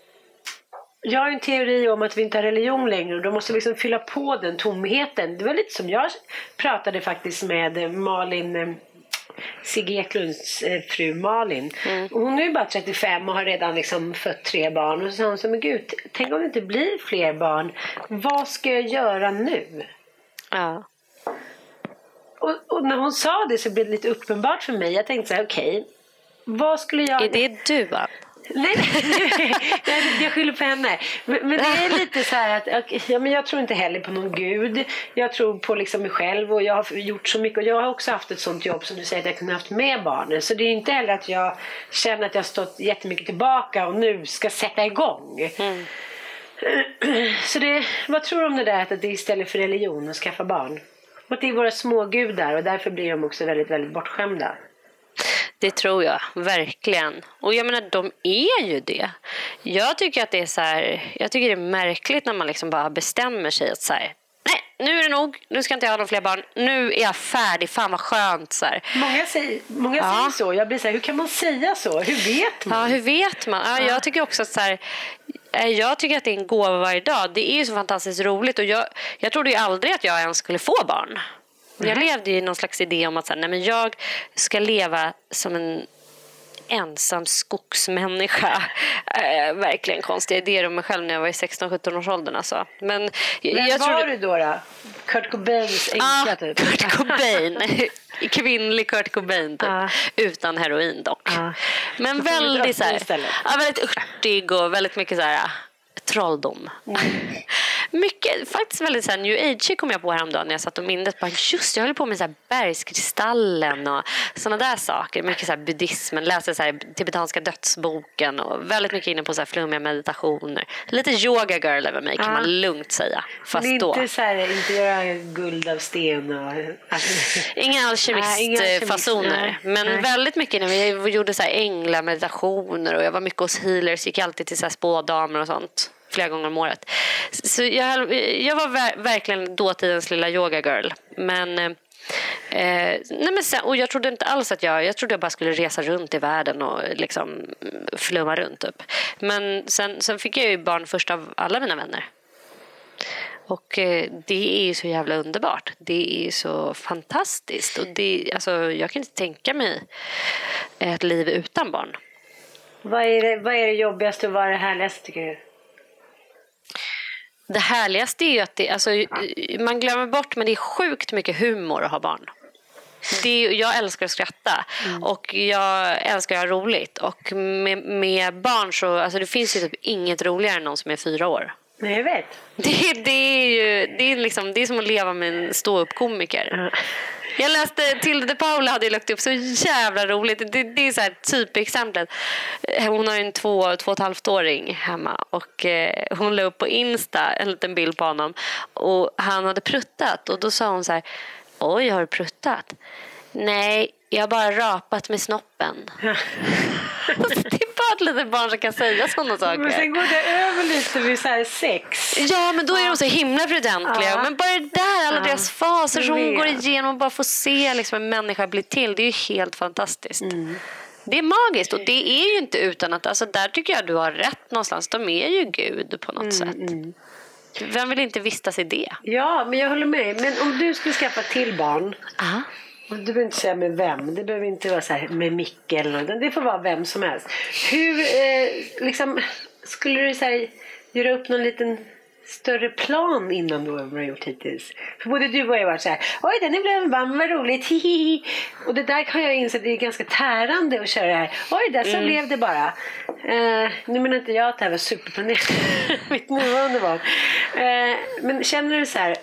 Jag har en teori om att vi inte har religion längre och då måste vi liksom fylla på den tomheten. Det var lite som jag pratade faktiskt med Malin, Sigge Eklunds fru Malin. Mm. Och hon är ju bara trettiofem och har redan liksom fött tre barn. Och så sa hon så, men gud, tänk om det inte blir fler barn. Vad ska jag göra nu? Ja. Och, och när hon sa det så blev det lite uppenbart för mig. Jag tänkte så här, okej, okay, vad skulle jag... Är det du, va? Nej, nej, jag skyller på henne. Men, men det är lite så här att ja, men jag tror inte heller på någon gud. Jag tror på liksom mig själv och jag har gjort så mycket. Och jag har också haft ett sånt jobb som du säger att jag kunde haft med barnen. Så det är inte heller att jag känner att jag har stått jättemycket tillbaka och nu ska sätta igång. Mm. Så det, vad tror du om det där att det är istället för religion att skaffa barn? Att det är våra små gudar och därför blir de också väldigt, väldigt bortskämda. Det tror jag, verkligen. Och jag menar, de är ju det. Jag tycker att det är så här, jag tycker det är märkligt när man liksom bara bestämmer sig att så här, nej, nu är det nog, nu ska inte jag ha några fler barn. Nu är jag färdig, fan vad skönt så här. Många säger, många ja. säger så. Jag blir så här, hur kan man säga så? Hur vet man? Ja, hur vet man? Ja, jag tycker också att så här, jag tycker att det är en gåva varje dag. Det är ju så fantastiskt roligt och jag, jag trodde ju aldrig att jag ens skulle få barn. Jag mm. levde i någon slags idé om att så här, nej, men jag ska leva som en ensam skogsmänniska. Äh, verkligen konstiga idéer om mig själv när jag var i sexton sjutton års åldern. Alltså. Men Vem jag var trodde... du då då? Kurt Cobains enkla ah, typ. Kurt Cobain. Kvinnlig Kurt Cobain typ. Ah. Utan heroin dock. Ah. Men väldigt så här, ja, väldigt urtig och väldigt mycket så här trolldom. Mm. Mycket, faktiskt väldigt så här new age kom jag på häromdagen när jag satt och minnet bara, just jag höll på med så här bergskristallen och sådana där saker, mycket så här buddhismen, läste så här tibetanska dödsboken och väldigt mycket inne på så här flummiga meditationer. Lite yoga girl över mig kan ja. man lugnt säga. Fast inte då så här, inte göra guld av sten och inga alkemistfasoner, men nej. väldigt mycket när vi gjorde så här änglameditationer och jag var mycket hos healers, gick alltid till så här spådamer och sånt flera gånger om året. Så jag, jag var ver- verkligen dåtidens lilla yoga girl. Men, eh, nej men sen, och jag trodde inte alls att jag... Jag trodde jag bara skulle resa runt i världen och liksom flumma runt upp. Men sen, sen fick jag ju barn först av alla mina vänner. Och eh, det är ju så jävla underbart. Det är så fantastiskt. Och det, alltså, jag kan inte tänka mig ett liv utan barn. Vad är det, vad är det jobbigaste och vad är det härligaste tycker du? Det härligaste är ju att det, alltså, man glömmer bort, men det är sjukt mycket humor att ha barn. Det är, jag älskar att skratta mm. och jag älskar att ha roligt. Och med, med barn så, alltså det finns ju typ inget roligare än någon som är fyra år. Nej, jag vet. Det, det är ju det är liksom, det är som att leva med en ståuppkomiker. Mm. Jag läste Tilde de Paula hade lagt upp så jävla roligt. Det, det är så här typexemplet. Hon har en två, två och ett halvt åring hemma. Och eh, hon la upp på Insta en liten bild på honom. Och han hade pruttat. Och då sa hon så här, oj, har du pruttat? Nej, jag har bara rapat med snoppen. Det är bara ett litet barn som kan säga sådana saker. Men sen går det över lite vid så här sex. Ja, men då är de så himla prudentliga. Ja. Men bara det där, alla ja. deras faser som hon går igenom och bara får se liksom en människa bli till. Det är ju helt fantastiskt. Mm. Det är magiskt och det är ju inte utan att, alltså där tycker jag du har rätt någonstans. De är ju Gud på något mm, sätt. Mm. Vem vill inte vistas i det? Ja, men jag håller med. Men om du skulle skaffa till barn... Aha. Du behöver inte säga med vem. Det behöver inte vara så här med Micke eller något. Det får vara vem som helst. Hur eh, liksom, skulle du så här, göra upp någon liten större plan innan du har gjort hittills? För både du och jag var så här, oj den är blev varm, vad roligt, hihi. Och det där kan jag inse att det är ganska tärande att köra det här. Oj, där så mm. blev det bara. Eh, nu menar inte jag att det här var superplanerat. Mitt nuvarande var. Eh, men känner du så här...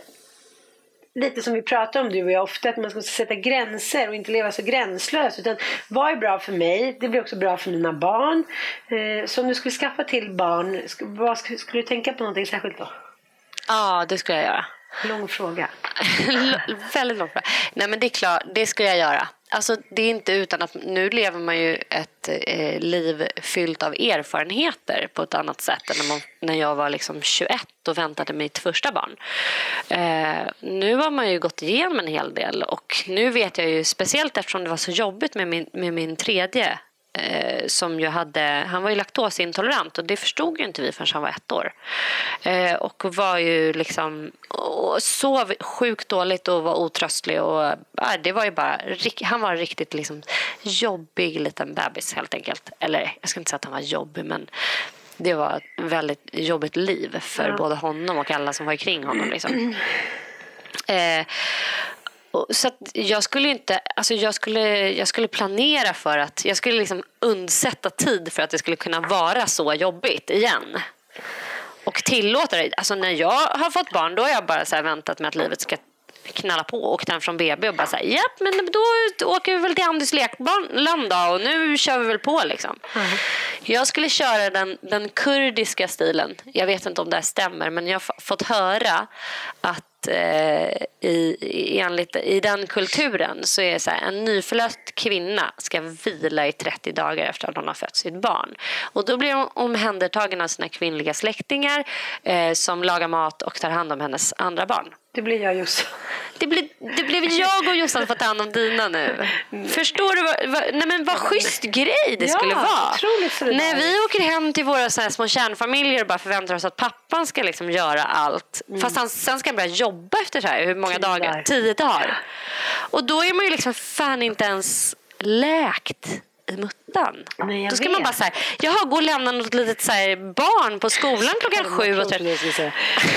Lite som vi pratar om du och jag ofta, att man ska sätta gränser och inte leva så gränslöst, utan vad är bra för mig, det blir också bra för mina barn. Eh, så om du skulle skaffa till barn, vad skulle, skulle du tänka på någonting särskilt då? Ja, det skulle jag göra. Lång fråga. Väldigt lång fråga. Nej, men det är klart, det skulle jag göra. Alltså, det är inte utan att nu lever man ju ett eh, liv fyllt av erfarenheter på ett annat sätt än när, man, när jag var liksom tjugoett och väntade mitt första barn. Eh, nu har man ju gått igenom en hel del och nu vet jag ju, speciellt eftersom det var så jobbigt med min, med min tredje eh, som ju hade, han var ju laktosintolerant och det förstod ju inte vi förrän han var ett år. Eh, och var ju liksom och sov sjukt dåligt och var otröstlig och äh, det var ju bara, han var riktigt liksom jobbig liten bebis helt enkelt. Eller jag ska inte säga att han var jobbig, men det var ett väldigt jobbigt liv för ja. både honom och alla som var kring honom liksom. Eh, Så att jag skulle inte, alltså jag skulle, jag skulle planera för att, jag skulle liksom undsätta tid för att det skulle kunna vara så jobbigt igen. Och tillåta det. Alltså när jag har fått barn, då har jag bara så här väntat med att livet ska knalla på och åkt hem från B B och bara säga, japp, men då åker vi väl till Andys lekland då och nu kör vi väl på liksom. Mm. Jag skulle köra den, den kurdiska stilen. Jag vet inte om det här stämmer, men jag har fått höra att eh, i, i, enligt, i den kulturen så är det så här, en nyförlöst kvinna ska vila i trettio dagar efter att hon har fött sitt barn. Och då blir hon omhändertagen av sina kvinnliga släktingar eh, som lagar mat och tar hand om hennes andra barn. Det blir jag just. Det blev, det blev jag och Jossan för att ta hand om dina nu. Mm. Förstår du vad, vad, nej men vad schysst grej det ja, skulle vara. När vi åker hem till våra så här små kärnfamiljer och bara förväntar oss att pappan ska liksom göra allt. Mm. Fast han sen ska börja jobba efter så här, hur många Tio dagar? Tio dagar. Och då är man ju liksom fan inte ens läkt i muttan. Nej, då ska vet. man bara säga, jaha, gå och lämna något litet så här, barn på skolan klockan sju och trettio.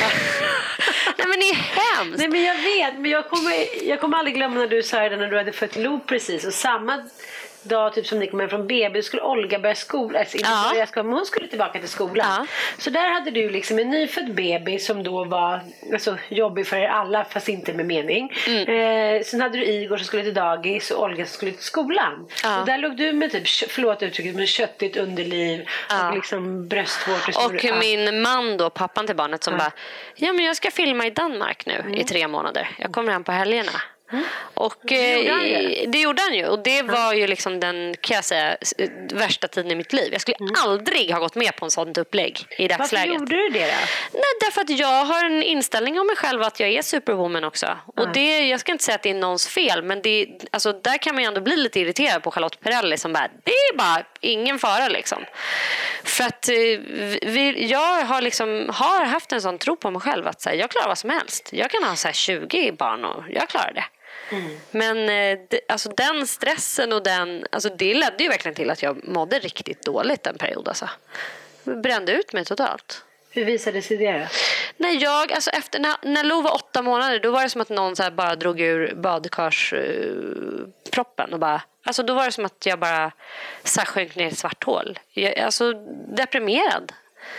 Nej, men det är hemskt. Nej, men jag vet, men jag kommer, jag kommer aldrig glömma när du sa det, när du hade fött Lo precis, och samma dag typ som ni kom hem från B B skulle Olga börja skola, alltså inte ja. börja skola, men hon skulle tillbaka till skolan. Ja. Så där hade du liksom en nyfödd baby som då var alltså, jobbig för er alla, fast inte med mening. Mm. Eh, sen hade du Igor som skulle till dagis och Olga som skulle till skolan. Ja. Och där låg du med typ, förlåt uttrycket, med köttigt underliv ja. och liksom bröstvårtor. Och du, min ja. man då, pappan till barnet som ja. bara, ja men jag ska filma i Danmark nu mm. i tre månader. Jag kommer hem på helgerna. Mm. Och det gjorde, eh, det gjorde han ju. Och det var ju liksom den, kan jag säga, värsta tiden i mitt liv. Jag skulle mm. aldrig ha gått med på en sånt upplägg i dagsläget. Varför gjorde du det då? Nej, därför att jag har en inställning om mig själv att jag är superwoman också. Mm. Och det, jag ska inte säga att det är någons fel, men det, alltså, där kan man ju ändå bli lite irriterad på Charlotte Perrelli som bara, det är bara ingen fara liksom. För att vi, jag har liksom har haft en sån tro på mig själv att så här, jag klarar vad som helst. Jag kan ha så här tjugo barn och jag klarar det. Mm. Men det, alltså den stressen och den, alltså det ledde ju verkligen till att jag mådde riktigt dåligt en period alltså. Jag brände ut mig totalt. Hur visade sig det då? Nej, jag, alltså efter, när, när Lo var åtta månader, då var det som att någon så här bara drog ur badkarsproppen uh, och bara, alltså då var det som att jag bara så här sjönk ner i ett svart hål. Jag, alltså deprimerad.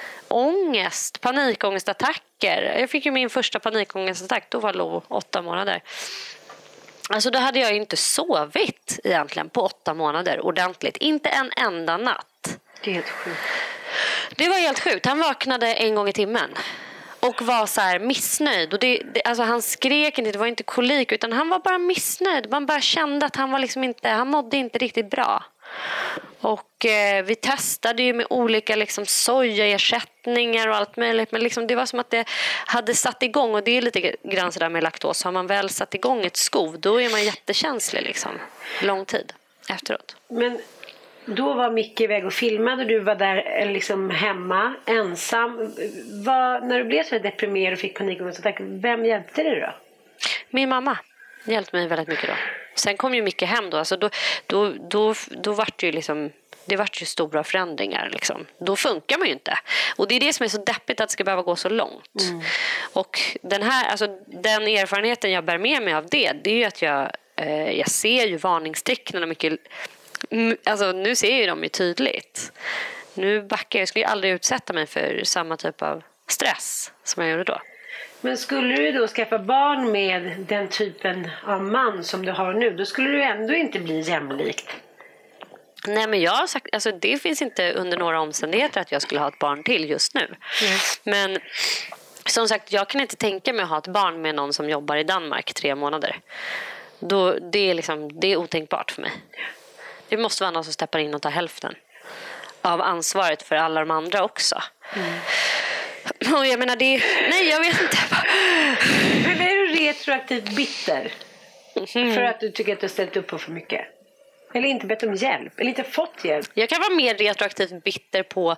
Ångest, panikångestattacker. Jag fick ju min första panikångestattack, då var Lo åtta månader. Alltså då hade jag ju inte sovit egentligen på åtta månader ordentligt. Inte en enda natt. Det är helt sjukt. Det var helt sjukt. Han vaknade en gång i timmen. Och var så här missnöjd. Och det, det, alltså han skrek inte, det var inte kolik. Utan han var bara missnöjd. Man bara kände att han var liksom inte, han mådde inte riktigt bra. Och eh, vi testade ju med olika liksom sojaersättningar och allt möjligt. Men liksom det var som att det hade satt igång. Och det är lite grann sådär med laktos. Har man väl satt igång ett skov, då är man jättekänslig liksom. Lång tid efteråt. Men Då var Micke iväg och filmade och du var där liksom hemma, ensam. Var, när du blev så deprimerad och fick panik, och så tack, vem hjälpte dig då? Min mamma hjälpte mig väldigt mycket då. Sen kom ju Micke hem då. Alltså då, då, då, då var det ju liksom... Det vart ju stora förändringar liksom. Då funkar man ju inte. Och det är det som är så deppigt, att det ska behöva gå så långt. Mm. Och den här, alltså, den erfarenheten jag bär med mig av det, det är ju att jag, eh, jag ser ju varningstecknen mycket. Alltså nu ser jag ju dem ju tydligt. Nu backar jag. Jag skulle ju aldrig utsätta mig för samma typ av stress som jag gjorde då. Men skulle du då skaffa barn med den typen av man som du har nu, då skulle du ändå inte bli jämlikt. Nej, men jag har sagt, alltså det finns inte under några omständigheter att jag skulle ha ett barn till just nu. Mm. Men som sagt, jag kan inte tänka mig att ha ett barn med någon som jobbar i Danmark tre månader. Då, det, är liksom, det är otänkbart för mig. Det måste vara någon som steppar in och tar hälften av ansvaret för alla de andra också. Mm. Och jag menar, det är, nej, jag vet inte. Men är du retroaktivt bitter? Mm. För att du tycker att du har ställt upp på för mycket? Eller inte bett om hjälp, eller inte fått hjälp? Jag kan vara mer retroaktivt bitter på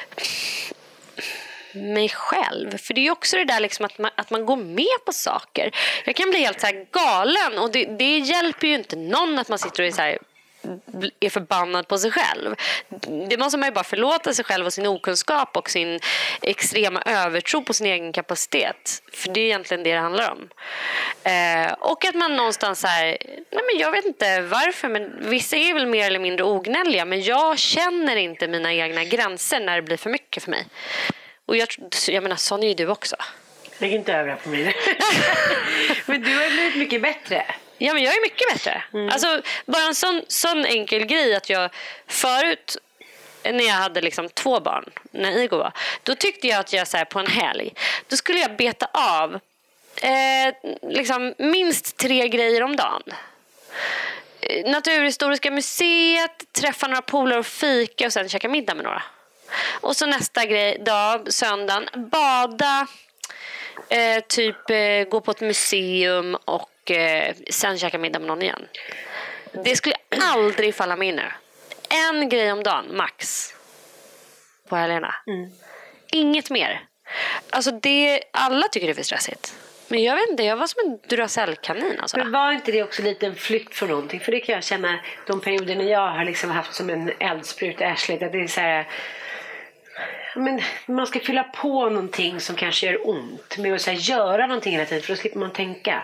mig själv. För det är ju också det där liksom att, man, att man går med på saker. Jag kan bli helt så här galen. Och det, det hjälper ju inte någon att man sitter och är så här, är förbannad på sig själv. Det måste man ju bara förlåta sig själv och sin okunskap och sin extrema övertro på sin egen kapacitet. För det är egentligen det det handlar om. Eh, och att man någonstans här, nej men jag vet inte varför, men vissa är väl mer eller mindre ognälliga, men jag känner inte mina egna gränser när det blir för mycket för mig. Och jag, jag menar, sån är ju du också. Lägg inte över på mig. Men du har blivit mycket bättre. Ja, men jag är mycket bättre. Mm. Alltså, bara en sån, sån enkel grej att jag förut, när jag hade liksom två barn, när Igor var, då tyckte jag att jag så här, på en helg, då skulle jag beta av eh, liksom minst tre grejer om dagen. Naturhistoriska museet, träffa några polare och fika och sen käka middag med några. Och så nästa grej, dag, söndagen, bada, eh, typ eh, gå på ett museum och eh, sen käka middag med någon igen. Det skulle aldrig falla mig in nu. En grej om dagen, max. På helgerna. Mm. Inget mer. Alltså det, alla tycker det är för stressigt. Men jag vet inte, jag var som en Duracell-kanin alltså. Men var inte det också lite en flykt från någonting? För det kan jag känna, de perioderna jag har liksom haft som en eldsprut ärsligt, att det är så här, men man ska fylla på någonting som kanske gör ont med att så här, göra någonting hela tiden, för då slipper man tänka.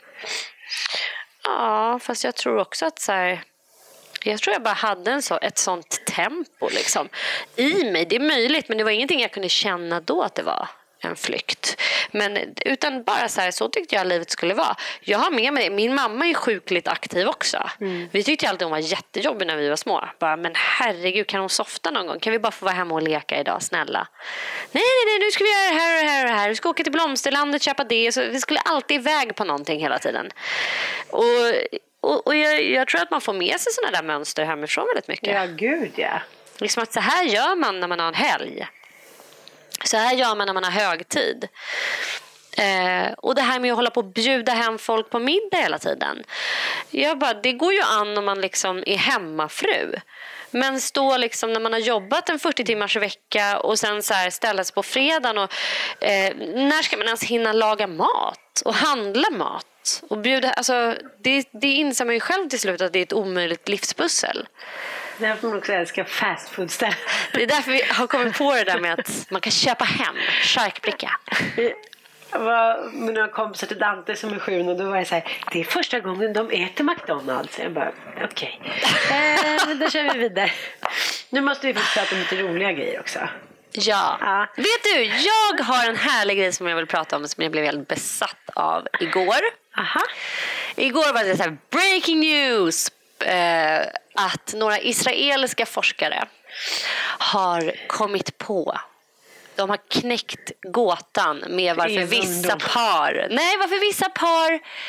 Ja, fast jag tror också att så här, jag tror jag bara hade en så, ett sånt tempo liksom i mig. Det är möjligt, men det var ingenting jag kunde känna då att det var en flykt. Men utan bara så här, så tyckte jag livet skulle vara. Jag har med mig, min mamma är sjukligt aktiv också. Mm. Vi tyckte alltid hon var jättejobbig när vi var små. Bara, men herregud, kan hon softa någon gång? Kan vi bara få vara hemma och leka idag, snälla? Nej, nej, nej, nu ska vi göra det här och det här och det här. Vi ska åka till Blomsterlandet, köpa det. Så vi skulle alltid iväg på någonting hela tiden. Och, och, och jag, jag tror att man får med sig såna där mönster hemifrån väldigt mycket. Ja, gud ja. Liksom att så här gör man när man har en helg. Så här gör man när man har högtid. Eh, och det här med att hålla på och bjuda hem folk på middag hela tiden. Jag bara, det går ju an om man liksom är hemmafru. Men stå liksom när man har jobbat en fyrtio timmars vecka och sen så här ställa sig på fredagen. Och, eh, när ska man ens hinna laga mat och handla mat? Och bjuda, alltså, det, det inser man ju själv till slut att det är ett omöjligt livspussel. Därför man också älskar fast food ställ. Det är därför vi har kommit på det där med att man kan köpa hem charkbricka. Jag var med några kompisar till Dante som är sju och då var jag så här, det är första gången de äter McDonalds. Jag bara, okej. Okay. Eh, då kör vi vidare. Nu måste vi få prata om lite roliga grejer också. Ja. ja. Vet du, jag har en härlig grej som jag vill prata om som jag blev helt besatt av igår. Aha. Igår var det så här breaking news. Eh, att några israeliska forskare har kommit på, de har knäckt gåtan med varför vissa par nej varför vissa par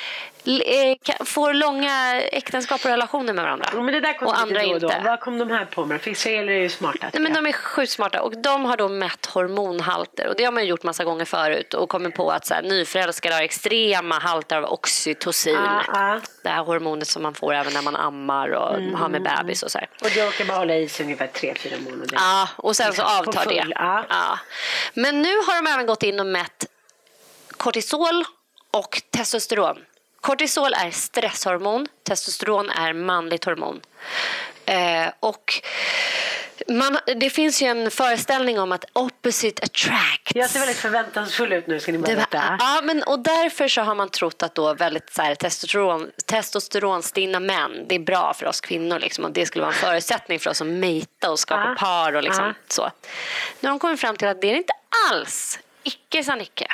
får långa äktenskap och relationer med varandra. Ja, men det där kom och andra då då. inte. Vad kom de här på med? För israeler är ju smarta. Nej, men de är sjukt smarta och de har då mätt hormonhalter och det har man gjort massa gånger förut och kommit på att så här, nyförälskade har extrema halter av oxytocin. Ah, ah. Det här hormonet som man får även när man ammar och mm. har med bebis och så här. Och det kan bara hålla i sig ungefär tre fyra månader. Ja, och sen så avtar det. Ah. Ja. Men nu har de även gått in och mätt kortisol och testosteron. Kortisol är stresshormon, testosteron är manligt hormon. Eh, och man, det finns ju en föreställning om att opposite attracts. Jag ser väldigt förväntansfull ut nu, ska ni bara veta. Ja, men och därför så har man trott att då väldigt så här, testosteron, testosteronstinna män, det är bra för oss kvinnor liksom, och det skulle vara en förutsättning för oss att mejta och skapa ah. par och liksom ah. så. Nu har de kommit fram till att det är inte alls, icke san icke.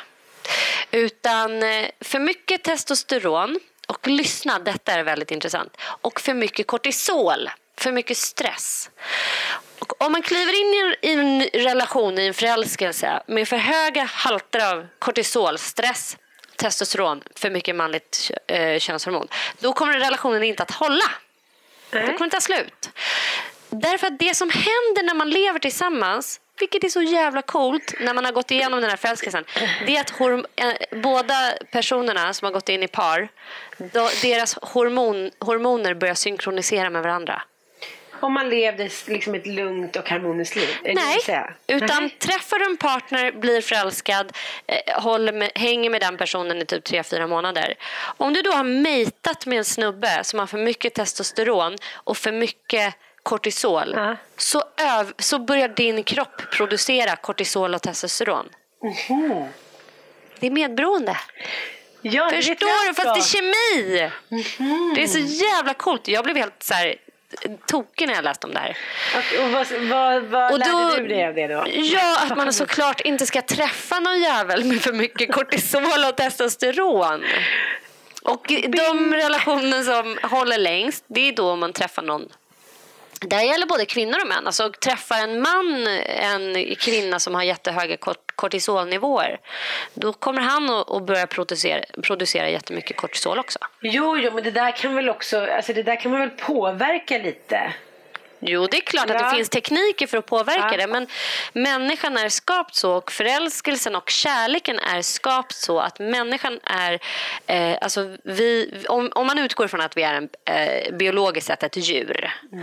Utan för mycket testosteron och lyssna, detta är väldigt intressant, och för mycket kortisol, för mycket stress. Och om man kliver in i en relation, i en förälskelse med för höga halter av kortisol, stress, testosteron, för mycket manligt eh, könshormon, då kommer relationen inte att hålla. Mm. Det kommer inte att slut. Därför att det som händer när man lever tillsammans, vilket är så jävla coolt när man har gått igenom den här förälskelsen, det är att horm- äh, båda personerna som har gått in i par, då, deras hormon, hormoner börjar synkronisera med varandra. Om man levde liksom ett lugnt och harmoniskt liv? Nej, utan Nej. Träffar du en partner, blir förälskad, eh, håller med, hänger med den personen i typ tre fyra månader. Om du då har mejtat med en snubbe som har för mycket testosteron och för mycket kortisol, uh. så, öv, så börjar din kropp producera kortisol och testosteron. Uh-huh. Det är medberoende. Ja, förstår du? Fast det är kemi. Uh-huh. Det är så jävla coolt. Jag blev helt så här tokig när jag läste om det här. Och, och vad, vad, vad och då, lärde du dig av det då? Ja, att man såklart inte ska träffa någon jävel med för mycket kortisol och testosteron. Och de relationer som håller längst, det är då man träffar någon. Det gäller både kvinnor och män. Alltså träffa en man, en kvinna som har jättehöga kortisolnivåer, då kommer han att börja producera, producera jättemycket kortisol också. Jo, jo, men det där kan väl också, alltså det där kan man väl påverka lite. Jo, det är klart ja. att det finns tekniker för att påverka ja. det, men människan är skapt så, och förälskelsen och kärleken är skapt så att människan är, eh, alltså vi, om, om man utgår från att vi är en eh, biologiskt sett ett djur, mm.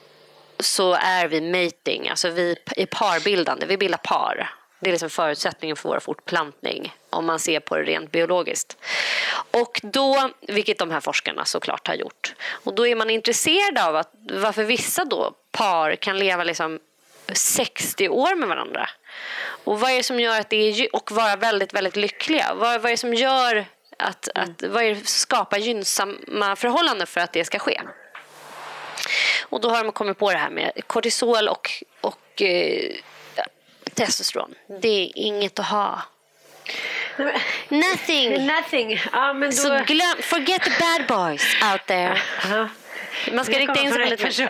så är vi mating, alltså vi är parbildande, vi bildar par. Det är liksom förutsättningen för vår fortplantning om man ser på det rent biologiskt. Och då, vilket de här forskarna såklart har gjort. Och då är man intresserad av att, varför vissa då par kan leva liksom sextio år med varandra. Och vad är det som gör att det är, och vara väldigt, väldigt lyckliga? Vad, vad är det som gör att, att vad är det som skapar gynnsamma förhållanden för att det ska ske? Och då har de kommit på det här med kortisol och, och eh, testosteron. Det är inget att ha. Nothing. Nothing. Ja, men då... Så glöm, forget the bad boys out there. Uh-huh. Man ska rikta in sig lite mer.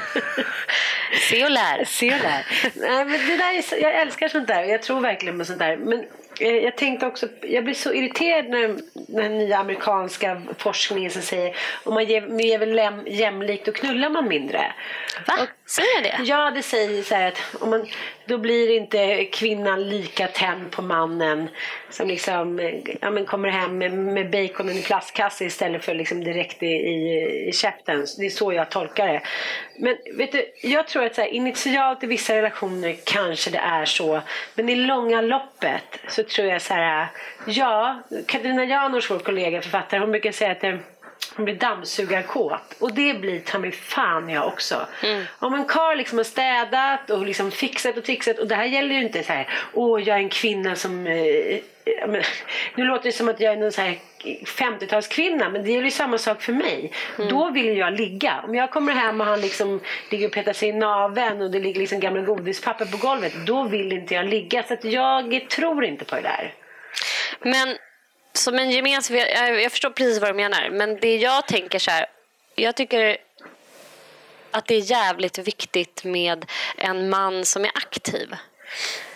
Se och lär. Se och lär. Nej, men det där är så, jag älskar sånt där. Jag tror verkligen på sånt där. Men eh, jag tänkte också, jag blir så irriterad när den nya amerikanska forskningen som säger om man ger, ger väl läm, jämlikt och knullar man mindre. Va? Och, säger det? Ja, det säger så här att om man, då blir inte kvinnan lika tänd på mannen som liksom ja, men kommer hem med, med baconen i plastkasse istället för liksom direkt i, i, i käften. Det är så jag tolkar det. Men vet du, jag tror att så här, initialt i vissa relationer kanske det är så, men i långa loppet så tror jag så här, ja, Katarina Janouch, vår kollega författare, hon brukar säga att det, hon blir dammsugarkåt. Och det blir ta mig fan jag också. Mm. Om en karl liksom har städat och liksom fixat och fixat. Och det här gäller ju inte så här, åh jag är en kvinna som eh, men, nu låter det som att jag är någon så här femtiotalskvinna, men det är ju samma sak för mig. Mm. Då vill jag ligga. Om jag kommer hem och han liksom ligger och petar sig i naveln och det ligger liksom gamla godispapper på golvet, då vill inte jag ligga. Så att jag tror inte på det där. Men som en gemensam, jag, jag förstår precis vad du menar, men det jag tänker så här, jag tycker att det är jävligt viktigt med en man som är aktiv.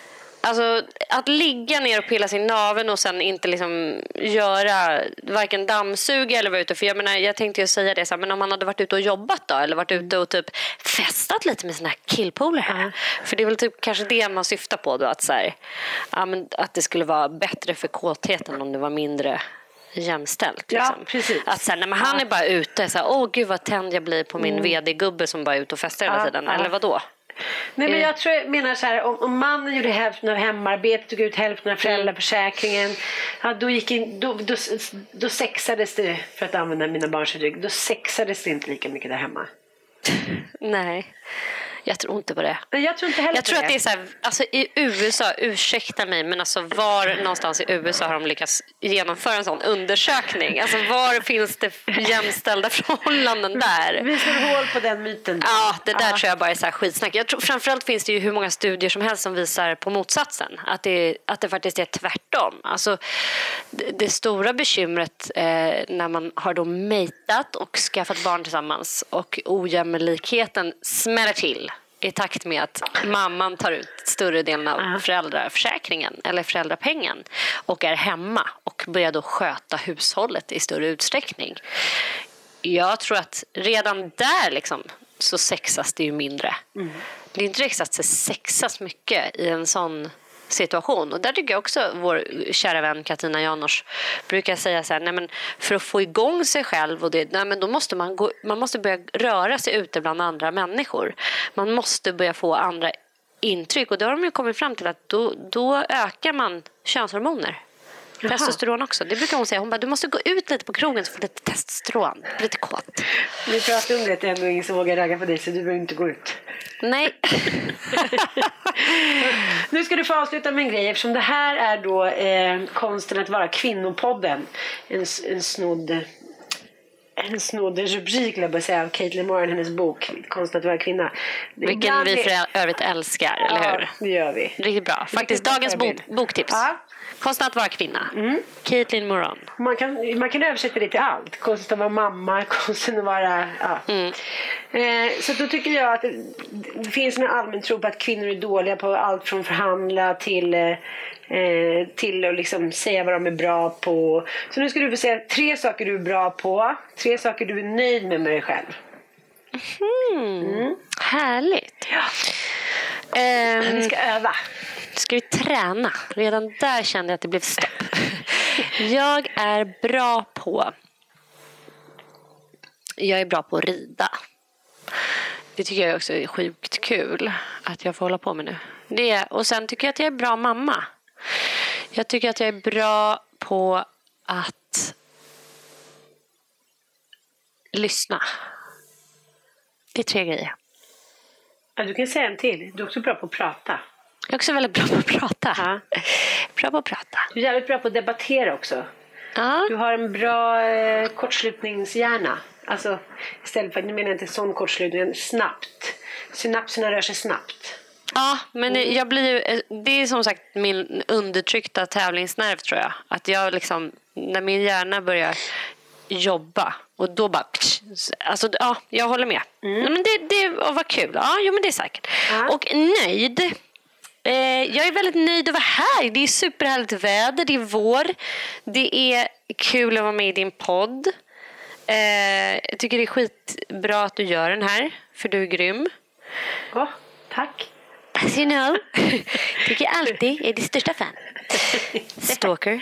alltså, att ligga ner och pilla sin naveln och sen inte liksom göra varken dammsuga eller vara ute. För jag menar, jag tänkte ju säga det så här, men om man hade varit ute och jobbat då, eller varit ute och typ festat lite med sina killpooler. Mm. För det är väl typ kanske det man syftar på då, att så här, ja, men att det skulle vara bättre för kåtheten om det var mindre jämställt. Liksom. Ja, precis. Att sen, när man, han är bara ute så här, åh gud vad tänd jag blir på min mm. vd-gubbe som bara är ute och festar hela ja, tiden. Ja. Eller vad då? Nej, men jag tror jag menar så här, om, om mannen gjorde hälften av hemarbetet, tog ut hälften av föräldraförsäkringen, ja, då, gick in, då, då, då sexades det, för att använda mina barns uttryck, då sexades det inte lika mycket där hemma. Nej, jag tror inte på det. Jag tror inte heller Jag tror på att det är så här, alltså i U S A, ursäkta mig, men alltså var någonstans i U S A har de lyckats genomföra en sån undersökning? Alltså var finns det jämställda förhållanden där? Vi slår hål på den myten. Då. Ja, det där ja. tror jag bara är så här skitsnack. Jag tror, framförallt finns det ju hur många studier som helst som visar på motsatsen. Att det, att det faktiskt är tvärtom. Alltså det, det stora bekymret eh, när man har då mejtat och skaffat barn tillsammans och ojämlikheten smäller till i takt med att mamman tar ut större delen av uh-huh. föräldraförsäkringen eller föräldrapengen och är hemma och börjar då sköta hushållet i större utsträckning. Jag tror att redan där liksom så sexas det ju mindre. Mm. Det är inte direkt att det sexas mycket i en sån situation. Och där tycker jag också vår kära vän Katina Janors brukar säga så här, nej men för att få igång sig själv och det, nej men då måste man gå, man måste börja röra sig ute bland andra människor. Man måste börja få andra intryck, och då har de ju kommit fram till att då, då ökar man könshormoner. Jaha. Testosteron också. Det brukar hon säga. Hon bara, du måste gå ut lite på krogen så får lite testosteron. Lite kåt. Vi pratar om det, ändå ingen som vågar ragga på dig, så du behöver inte gå ut. Nej. Nu ska du få avsluta med en grej, eftersom det här är då eh, konsten att vara kvinnopodden. En, en snodd en snodd rubrik, jag bara säga, av Caitlin Moran, hennes bok Konsten att vara kvinna. Vilken Ibland vi för övrigt älskar, ja, eller hur? det gör vi. Riktigt bra. Faktiskt dagens bok, boktips. Ja. Konsten att vara kvinna. Mm. Caitlin Moran. Man kan, man kan översätta det till allt. Konsten att vara mamma, konsten att vara... Ja. Mm. Eh, så då tycker jag att det, det finns en allmän tro på att kvinnor är dåliga på allt från förhandla till, eh, till att liksom säga vad de är bra på. Så nu ska du få säga tre saker du är bra på. Tre saker du är nöjd med med dig själv. Mm. Mm. Härligt. Ja. Um, Vi ska öva. Ska vi träna? Redan där kände jag att det blev stopp. Jag är bra på... Jag är bra på att rida. Det tycker jag också är sjukt kul att jag får hålla på med nu. Det, och sen tycker jag att jag är bra mamma. Jag tycker att jag är bra på att lyssna. Det är tre grejer. Ja, du kan säga en till. Du är också bra på att prata. Jag är också väldigt bra på att prata. Ja. Bra på att prata. Du är jävligt bra på att debattera också. Ja. Du har en bra eh, kortslutningshjärna. Alltså, istället för, nu menar jag inte sån kortslutning, snabbt. Synapserna rör sig snabbt. Ja, men mm. jag blir ju, det är som sagt min undertryckta tävlingsnerv, tror jag. Att jag liksom, när min hjärna börjar jobba och då bara, alltså ja, jag håller med. Mm. Men det, det var kul. Ja, jo, men det är säkert. Ja. Och nöjd. Eh, jag är väldigt nöjd att vara här. Det är superhärligt väder, det är vår. Det är kul att vara med i din podd. Eh, jag tycker det är skitbra att du gör den här, för du är grym. Ja, tack. As you know, tycker jag alltid är det största fan. Stalker.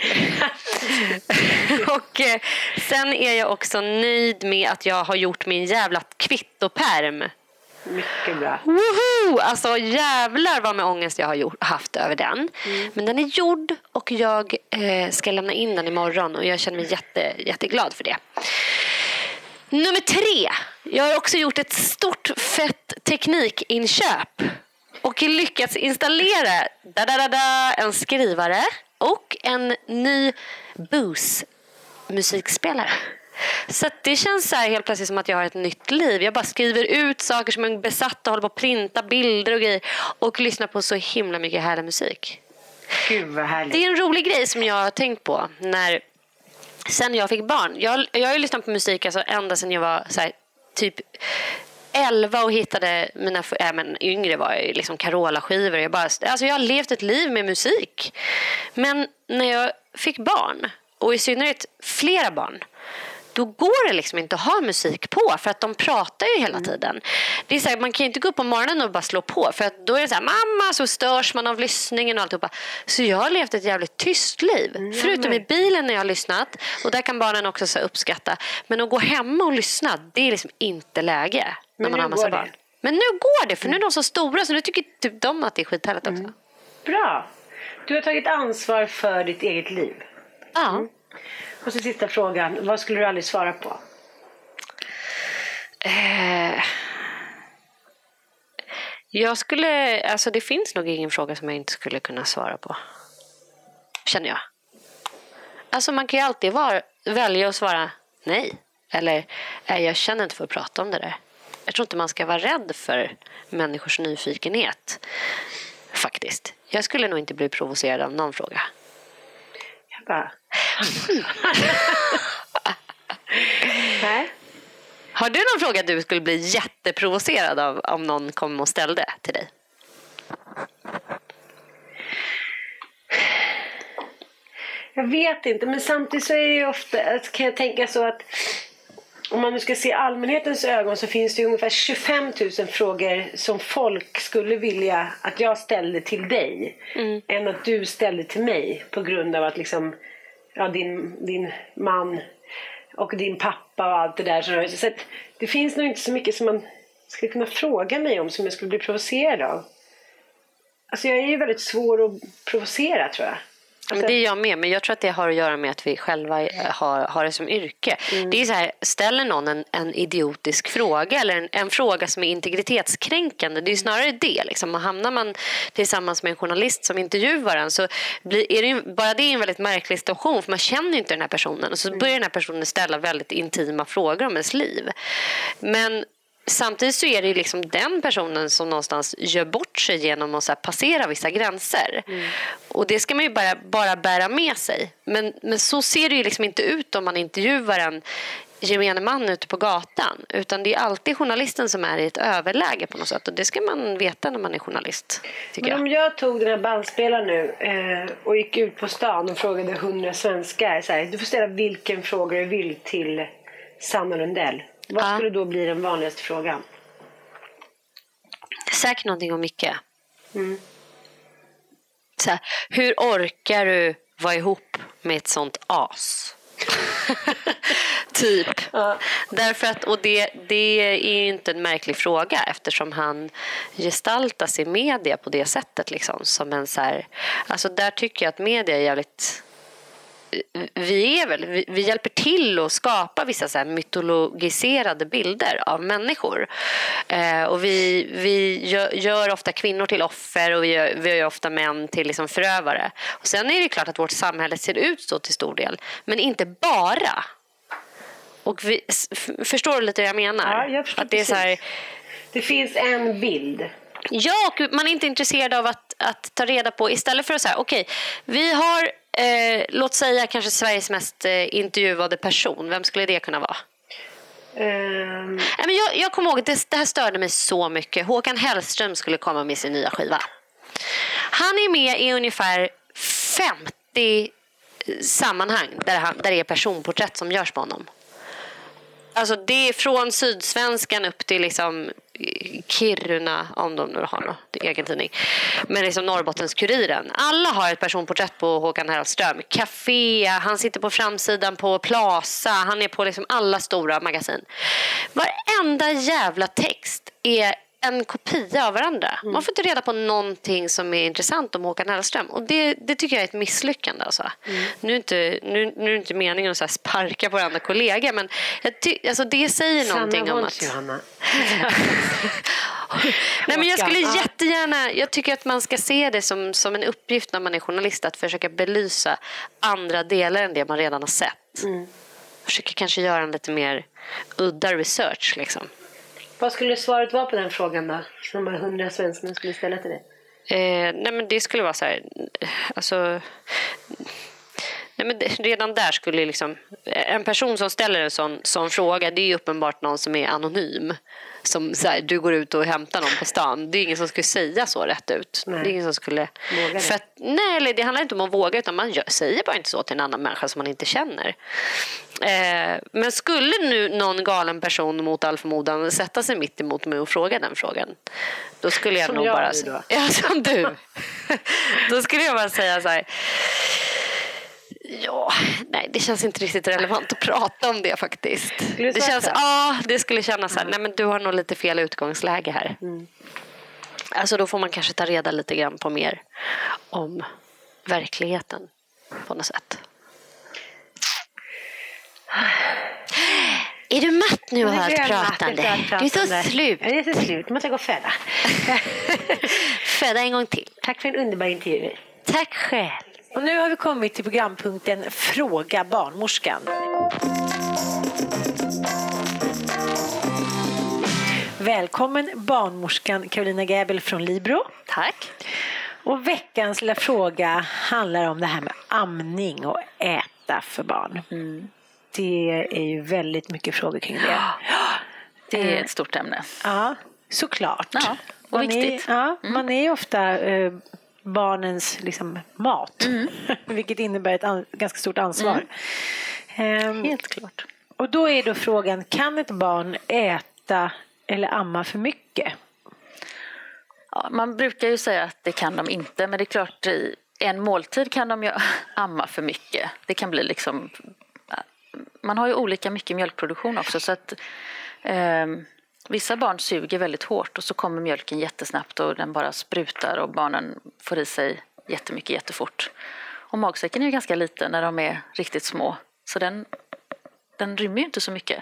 Och eh, sen är jag också nöjd med att jag har gjort min jävla kvittopärm. Mycket bra. Woho! Alltså jävlar vad med ångest jag har gjort, haft över den. Mm. Men den är gjord och jag eh, ska lämna in den imorgon. Och jag känner mig jätte, jätteglad för det. Nummer tre. Jag har också gjort ett stort fett teknikinköp. Och lyckats installera da, da, da, da, en skrivare och en ny Bose musikspelare. Så att det känns så här helt plötsligt som att jag har ett nytt liv. Jag bara skriver ut saker som är besatt och håller på att printa bilder och grejer. Och lyssnar på så himla mycket härlig musik. Gud vad härligt. Det är en rolig grej som jag har tänkt på när, sen jag fick barn. Jag, jag har ju lyssnat på musik alltså ända sedan jag var så här, typ elva och hittade mina, äh, men yngre var jag liksom Carola-skivor. Jag, bara, alltså jag har levt ett liv med musik. Men när jag fick barn, och i synnerhet flera barn, då går det liksom inte att ha musik på, för att de pratar ju hela tiden. Det är så här, man kan ju inte gå upp på morgonen och bara slå på, för att då är det så här, mamma, så störs man av lyssningen och alltihopa. Så jag har levt ett jävligt tyst liv. Mm, förutom i bilen när jag har lyssnat, och där kan barnen också så uppskatta. Men att gå hemma och lyssna, det är liksom inte läge när man har massa barn. Men nu går det, för nu är de så stora, så nu tycker typ de att det är skithärligt också. Mm. Bra. Du har tagit ansvar för ditt eget liv. Ja. Mm. Och så sista frågan. Vad skulle du aldrig svara på? Eh, jag skulle... Alltså det finns nog ingen fråga som jag inte skulle kunna svara på. Känner jag. Alltså man kan ju alltid vara, välja att svara nej. Eller eh, jag känner inte för att prata om det där. Jag tror inte man ska vara rädd för människors nyfikenhet. Faktiskt. Jag skulle nog inte bli provocerad av någon fråga. Jag bara... Nej. Har du någon fråga du skulle bli jätteprovocerad av om någon kom och ställde till dig? Jag vet inte, men samtidigt så är det ju ofta, kan jag tänka så att om man nu ska se allmänhetens ögon, så finns det ju ungefär tjugofem tusen frågor som folk skulle vilja att jag ställde till dig, mm. än att du ställde till mig, på grund av att liksom, ja, din, din man och din pappa och allt det där. Så, så att det finns nog inte så mycket som man skulle kunna fråga mig om som jag skulle bli provocerad av. Alltså jag är ju väldigt svår att provocera, tror jag. Alltså... Men det är jag med, men jag tror att det har att göra med att vi själva har, har det som yrke. Mm. Det är så här, ställer någon en, en idiotisk fråga eller en, en fråga som är integritetskränkande, det är ju snarare det liksom. Och hamnar man tillsammans med en journalist som intervjuar en, så blir, är det ju, bara det är en väldigt märklig situation, för man känner ju inte den här personen, och så börjar den här personen ställa väldigt intima frågor om ens liv. Men samtidigt så är det ju liksom den personen som någonstans gör bort sig genom att så här passera vissa gränser. Mm. Och det ska man ju bara, bara bära med sig. Men, men så ser det ju liksom inte ut om man intervjuar en gemene man ute på gatan. Utan det är alltid journalisten som är i ett överläge på något sätt. Och det ska man veta när man är journalist, tycker Men om jag. jag tog den här bandspelaren nu eh, och gick ut på stan och frågade hundra svenskar. Så här, du får ställa vilken fråga du vill till Sanna Lundell. Vad ja. skulle då bli den vanligaste frågan? Säkert någonting om mycket. Mm. Så här, hur orkar du vara ihop med ett sånt as? Typ. Ja. Därför att, och det, det är ju inte en märklig fråga, eftersom han gestaltas i media på det sättet liksom, som en så här, alltså där tycker jag att media är jävligt, vi är väl, vi, vi hjälper till att skapa vissa så här mytologiserade bilder av människor. Eh, och vi, vi gör, gör ofta kvinnor till offer, och vi gör, vi gör ofta män till liksom förövare. Och sen är det klart att vårt samhälle ser ut så till stor del, men inte bara. Och vi, förstår du lite vad jag menar? Ja, jag förstår. Att det är så här, det finns en bild. Ja, och man är inte intresserad av att, att ta reda på, istället för att säga okej, okay, vi har eh, låt säga kanske Sveriges mest eh, intervjuade person. Vem skulle det kunna vara? Um... Nej, men jag, jag kommer ihåg att det, det här störde mig så mycket. Håkan Hellström skulle komma med sin nya skiva. Han är med i ungefär femtio sammanhang där, han, där det är personporträtt som görs på honom. Alltså det är från Sydsvenskan upp till liksom Kiruna, om de nu har något, egen tidning. Men liksom Norrbottens-Kuriren. Alla har ett personporträtt på Håkan Hellström. Café, han sitter på framsidan på Plaza. Han är på liksom alla stora magasin. Varenda jävla text är en kopia av varandra. Mm. Man får inte reda på någonting som är intressant om Håkan Hellström. Och det, det tycker jag är ett misslyckande. Alltså. Mm. Nu, är inte, nu, nu är det inte meningen att så här sparka på varandra kollega. Men jag ty, alltså det säger Sanna någonting om Wolfs, att... Johanna. Nej, men jag skulle jättegärna... Jag tycker att man ska se det som, som en uppgift när man är journalist. Att försöka belysa andra delar än det man redan har sett. Mm. Försöka kanske göra en lite mer udda research liksom. Vad skulle svaret vara på den frågan då? Som de hundra svenskarna skulle ställa till dig? Eh, nej men det skulle vara så här, alltså Nej, men det, redan där skulle liksom, en person som ställer en sån, sån fråga, det är ju uppenbart någon som är anonym. Som så här, du går ut och hämtar någon på stan. Det är ingen som skulle säga så rätt ut. Nej. Det är ingen som skulle... För att, nej, eller det handlar inte om att våga, utan man gör, säger bara inte så till en annan människa som man inte känner. Eh, men skulle nu någon galen person mot all förmodan sätta sig mitt emot mig och fråga den frågan, då skulle jag som nog jag bara... Då. Ja, som du. Då skulle jag bara säga så här... Ja, nej, det känns inte riktigt relevant att prata om det faktiskt. Det känns, ja, det skulle kännas så här, nej men du har nog lite fel utgångsläge här. Mm. Alltså då får man kanske ta reda lite grann på mer om verkligheten på något sätt. Är du matt nu av allt pratande? Du är så slut. Ja, det är så slut. Nu måste jag gå och föda. Föda en gång till. Tack för en underbar intervju. Tack själv. Och nu har vi kommit till programpunkten Fråga barnmorskan. Välkommen barnmorskan Carolina Gäbel från Libro. Tack. Och veckans lilla fråga handlar om det här med amning och äta för barn. Mm. Det är ju väldigt mycket frågor kring det. Det är ett stort ämne. Ja, såklart. Ja, och man viktigt. Är, ja, mm. Man är ju ofta... Uh, barnens liksom, mat. Mm. Vilket innebär ett an- ganska stort ansvar. Mm. Um, Helt klart. Och då är då frågan, kan ett barn äta eller amma för mycket? Ja, man brukar ju säga att det kan de inte. Men det är klart, i en måltid kan de ju amma för mycket. Det kan bli liksom... Man har ju olika mycket mjölkproduktion också. Så att... Um, Vissa barn suger väldigt hårt och så kommer mjölken jättesnabbt och den bara sprutar och barnen får i sig jättemycket jättefort. Och magsäcken är ju ganska liten när de är riktigt små. Så den, den rymmer ju inte så mycket.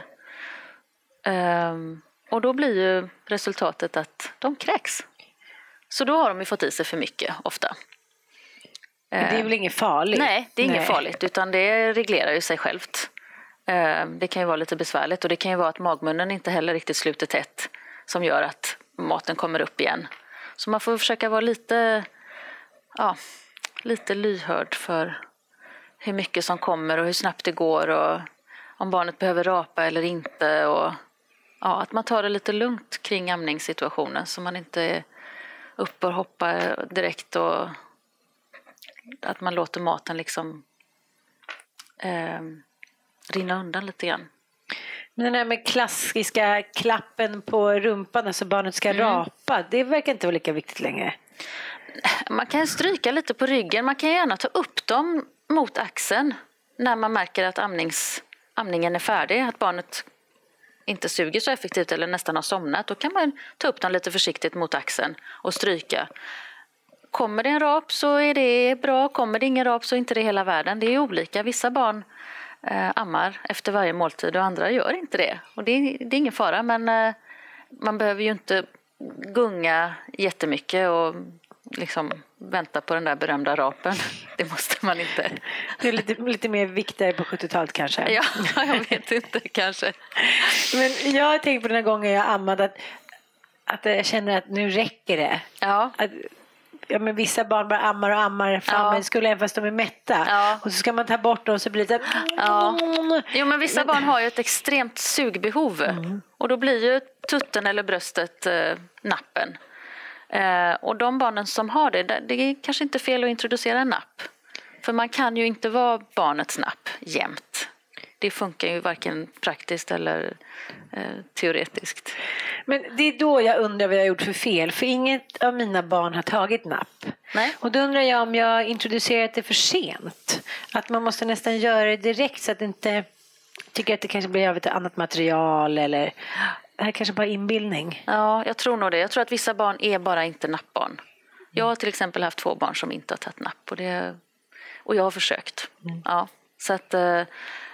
Um, och då blir ju resultatet att de kräks. Så då har de ju fått i sig för mycket ofta. Men det är väl inget farligt? Nej, det är inget Nej. farligt utan det reglerar ju sig självt. Det kan ju vara lite besvärligt och det kan ju vara att magmunnen inte heller riktigt sluter tätt som gör att maten kommer upp igen. Så man får försöka vara lite, ja, lite lyhörd för hur mycket som kommer och hur snabbt det går och om barnet behöver rapa eller inte. Och, ja, att man tar det lite lugnt kring amningssituationen så man inte är upp och hoppar direkt och att man låter maten liksom... Eh, rinna undan lite grann. Men den här med klassiska klappen på rumpan, alltså barnet ska mm. rapa, det verkar inte vara lika viktigt längre. Man kan stryka lite på ryggen, man kan gärna ta upp dem mot axeln när man märker att amnings, amningen är färdig, att barnet inte suger så effektivt eller nästan har somnat. Då kan man ta upp dem lite försiktigt mot axeln och stryka. Kommer det en rap så är det bra, kommer det ingen rap så är inte det hela världen. Det är olika, vissa barn Eh, ammar efter varje måltid och andra gör inte det. Och det är, det är ingen fara men eh, man behöver ju inte gunga jättemycket och liksom vänta på den där berömda rapen. Det måste man inte. Det är lite, lite mer viktigare på sjuttiotalet kanske. Ja, jag vet inte kanske. Men jag har tänkt på den här gången jag ammade att, att jag känner att nu räcker det. Ja. Att, ja, men vissa barn bara ammar och ammar fram ja. skulle även fast de är mätta. Ja. Och så ska man ta bort dem och så blir det så ja. Jo, men vissa men... barn har ju ett extremt sugbehov. Mm. Och då blir ju tutten eller bröstet eh, nappen. Eh, och de barnen som har det, det är kanske inte fel att introducera en napp. För man kan ju inte vara barnets napp jämt. Det funkar ju varken praktiskt eller eh, teoretiskt. Men det är då jag undrar vad jag har gjort för fel. För inget av mina barn har tagit napp. Nej. Och då undrar jag om jag har introducerat det för sent. Att man måste nästan göra det direkt så att det inte tycker att det kanske blir av ett annat material. Eller det här kanske bara inbildning. Ja, jag tror nog det. Jag tror att vissa barn är bara inte nappbarn. Jag har till exempel haft två barn som inte har tagit napp. Och, det, och jag har försökt. Mm. Ja, så att... Eh,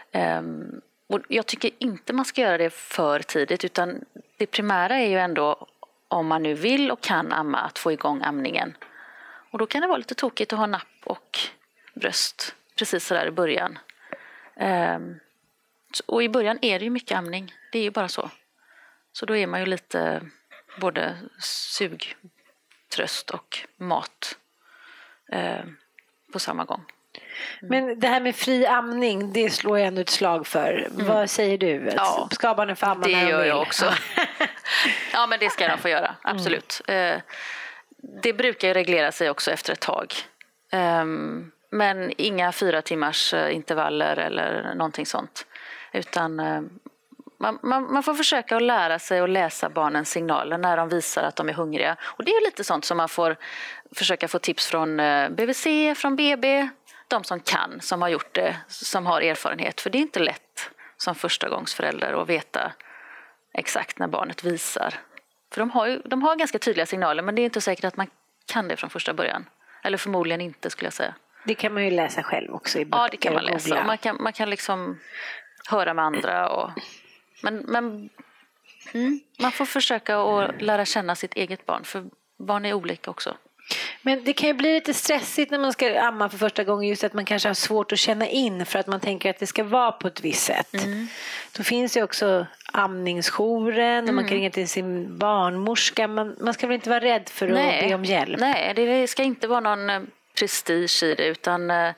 Um, och jag tycker inte man ska göra det för tidigt utan det primära är ju ändå om man nu vill och kan amma att få igång amningen. Och då kan det vara lite tokigt att ha napp och bröst precis så där i början. Um, och i början är det ju mycket amning, det är ju bara så. Så då är man ju lite både sug, tröst och mat um, på samma gång. Men det här med fri amning, det slår jag ändå ett slag för. Mm. Vad säger du? Ja, ska barnen få amma det när de gör vill? jag också. Ja, men det ska de få göra, absolut. Mm. Det brukar ju reglera sig också efter ett tag. Men inga fyra timmars intervaller eller någonting sånt. Utan man, man, man får försöka att lära sig att läsa barnens signaler när de visar att de är hungriga. Och det är lite sånt som man får försöka få tips från B V C, från B B. De som kan, som har gjort det, som har erfarenhet. För det är inte lätt som förstagångsförälder att veta exakt när barnet visar. För de har ju, de har ganska tydliga signaler, men det är inte säkert att man kan det från första början. Eller förmodligen inte, skulle jag säga. Det kan man ju läsa själv också i böcker. Ja, det kan man läsa. Man kan, man kan liksom höra med andra. Och, men men mm, man får försöka att lära känna sitt eget barn, för barn är olika också. Men det kan ju bli lite stressigt när man ska amma för första gången, just att man kanske har svårt att känna in för att man tänker att det ska vara på ett visst sätt. Mm. Då finns det också amningsjouren och mm. man kan ringa till sin barnmorska. Man, man ska väl inte vara rädd för Nej. att be om hjälp? Nej, det ska inte vara någon prestige i det, utan äh,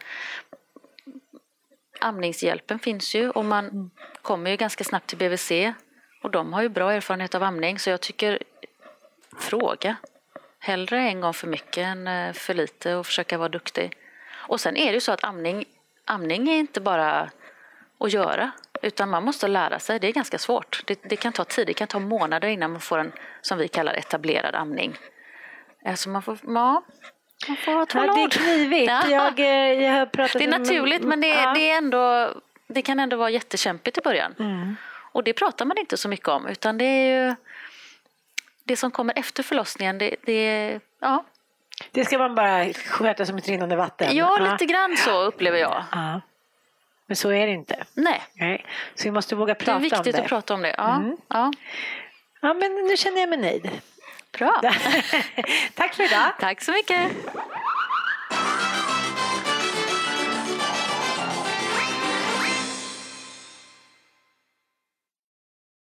amningshjälpen finns ju och man mm. kommer ju ganska snabbt till B V C och de har ju bra erfarenhet av amning, så jag tycker fråga. Hellre en gång för mycket än för lite och försöka vara duktig. Och sen är det ju så att amning, amning är inte bara att göra, utan man måste lära sig. Det är ganska svårt. Det, det kan ta tid, det kan ta månader innan man får en, som vi kallar, etablerad amning. Alltså man får, ja, man får ta ja, det är knivigt. Ja. Jag, jag har pratat det är naturligt, med, men det, ja. det, är ändå, det kan ändå vara jättekämpigt i början. Mm. Och det pratar man inte så mycket om, utan det är ju det som kommer efter förlossningen, det, det, ja. det ska man bara sköta som ett rinnande vatten. Ja, ja, lite grann så upplever jag. Ja. Men så är det inte. Nej. Nej. Så vi måste våga prata om det. Det är viktigt att prata om det. Ja. Mm. Ja. Ja, men nu känner jag mig nöjd. Bra. Tack för idag. Tack så mycket.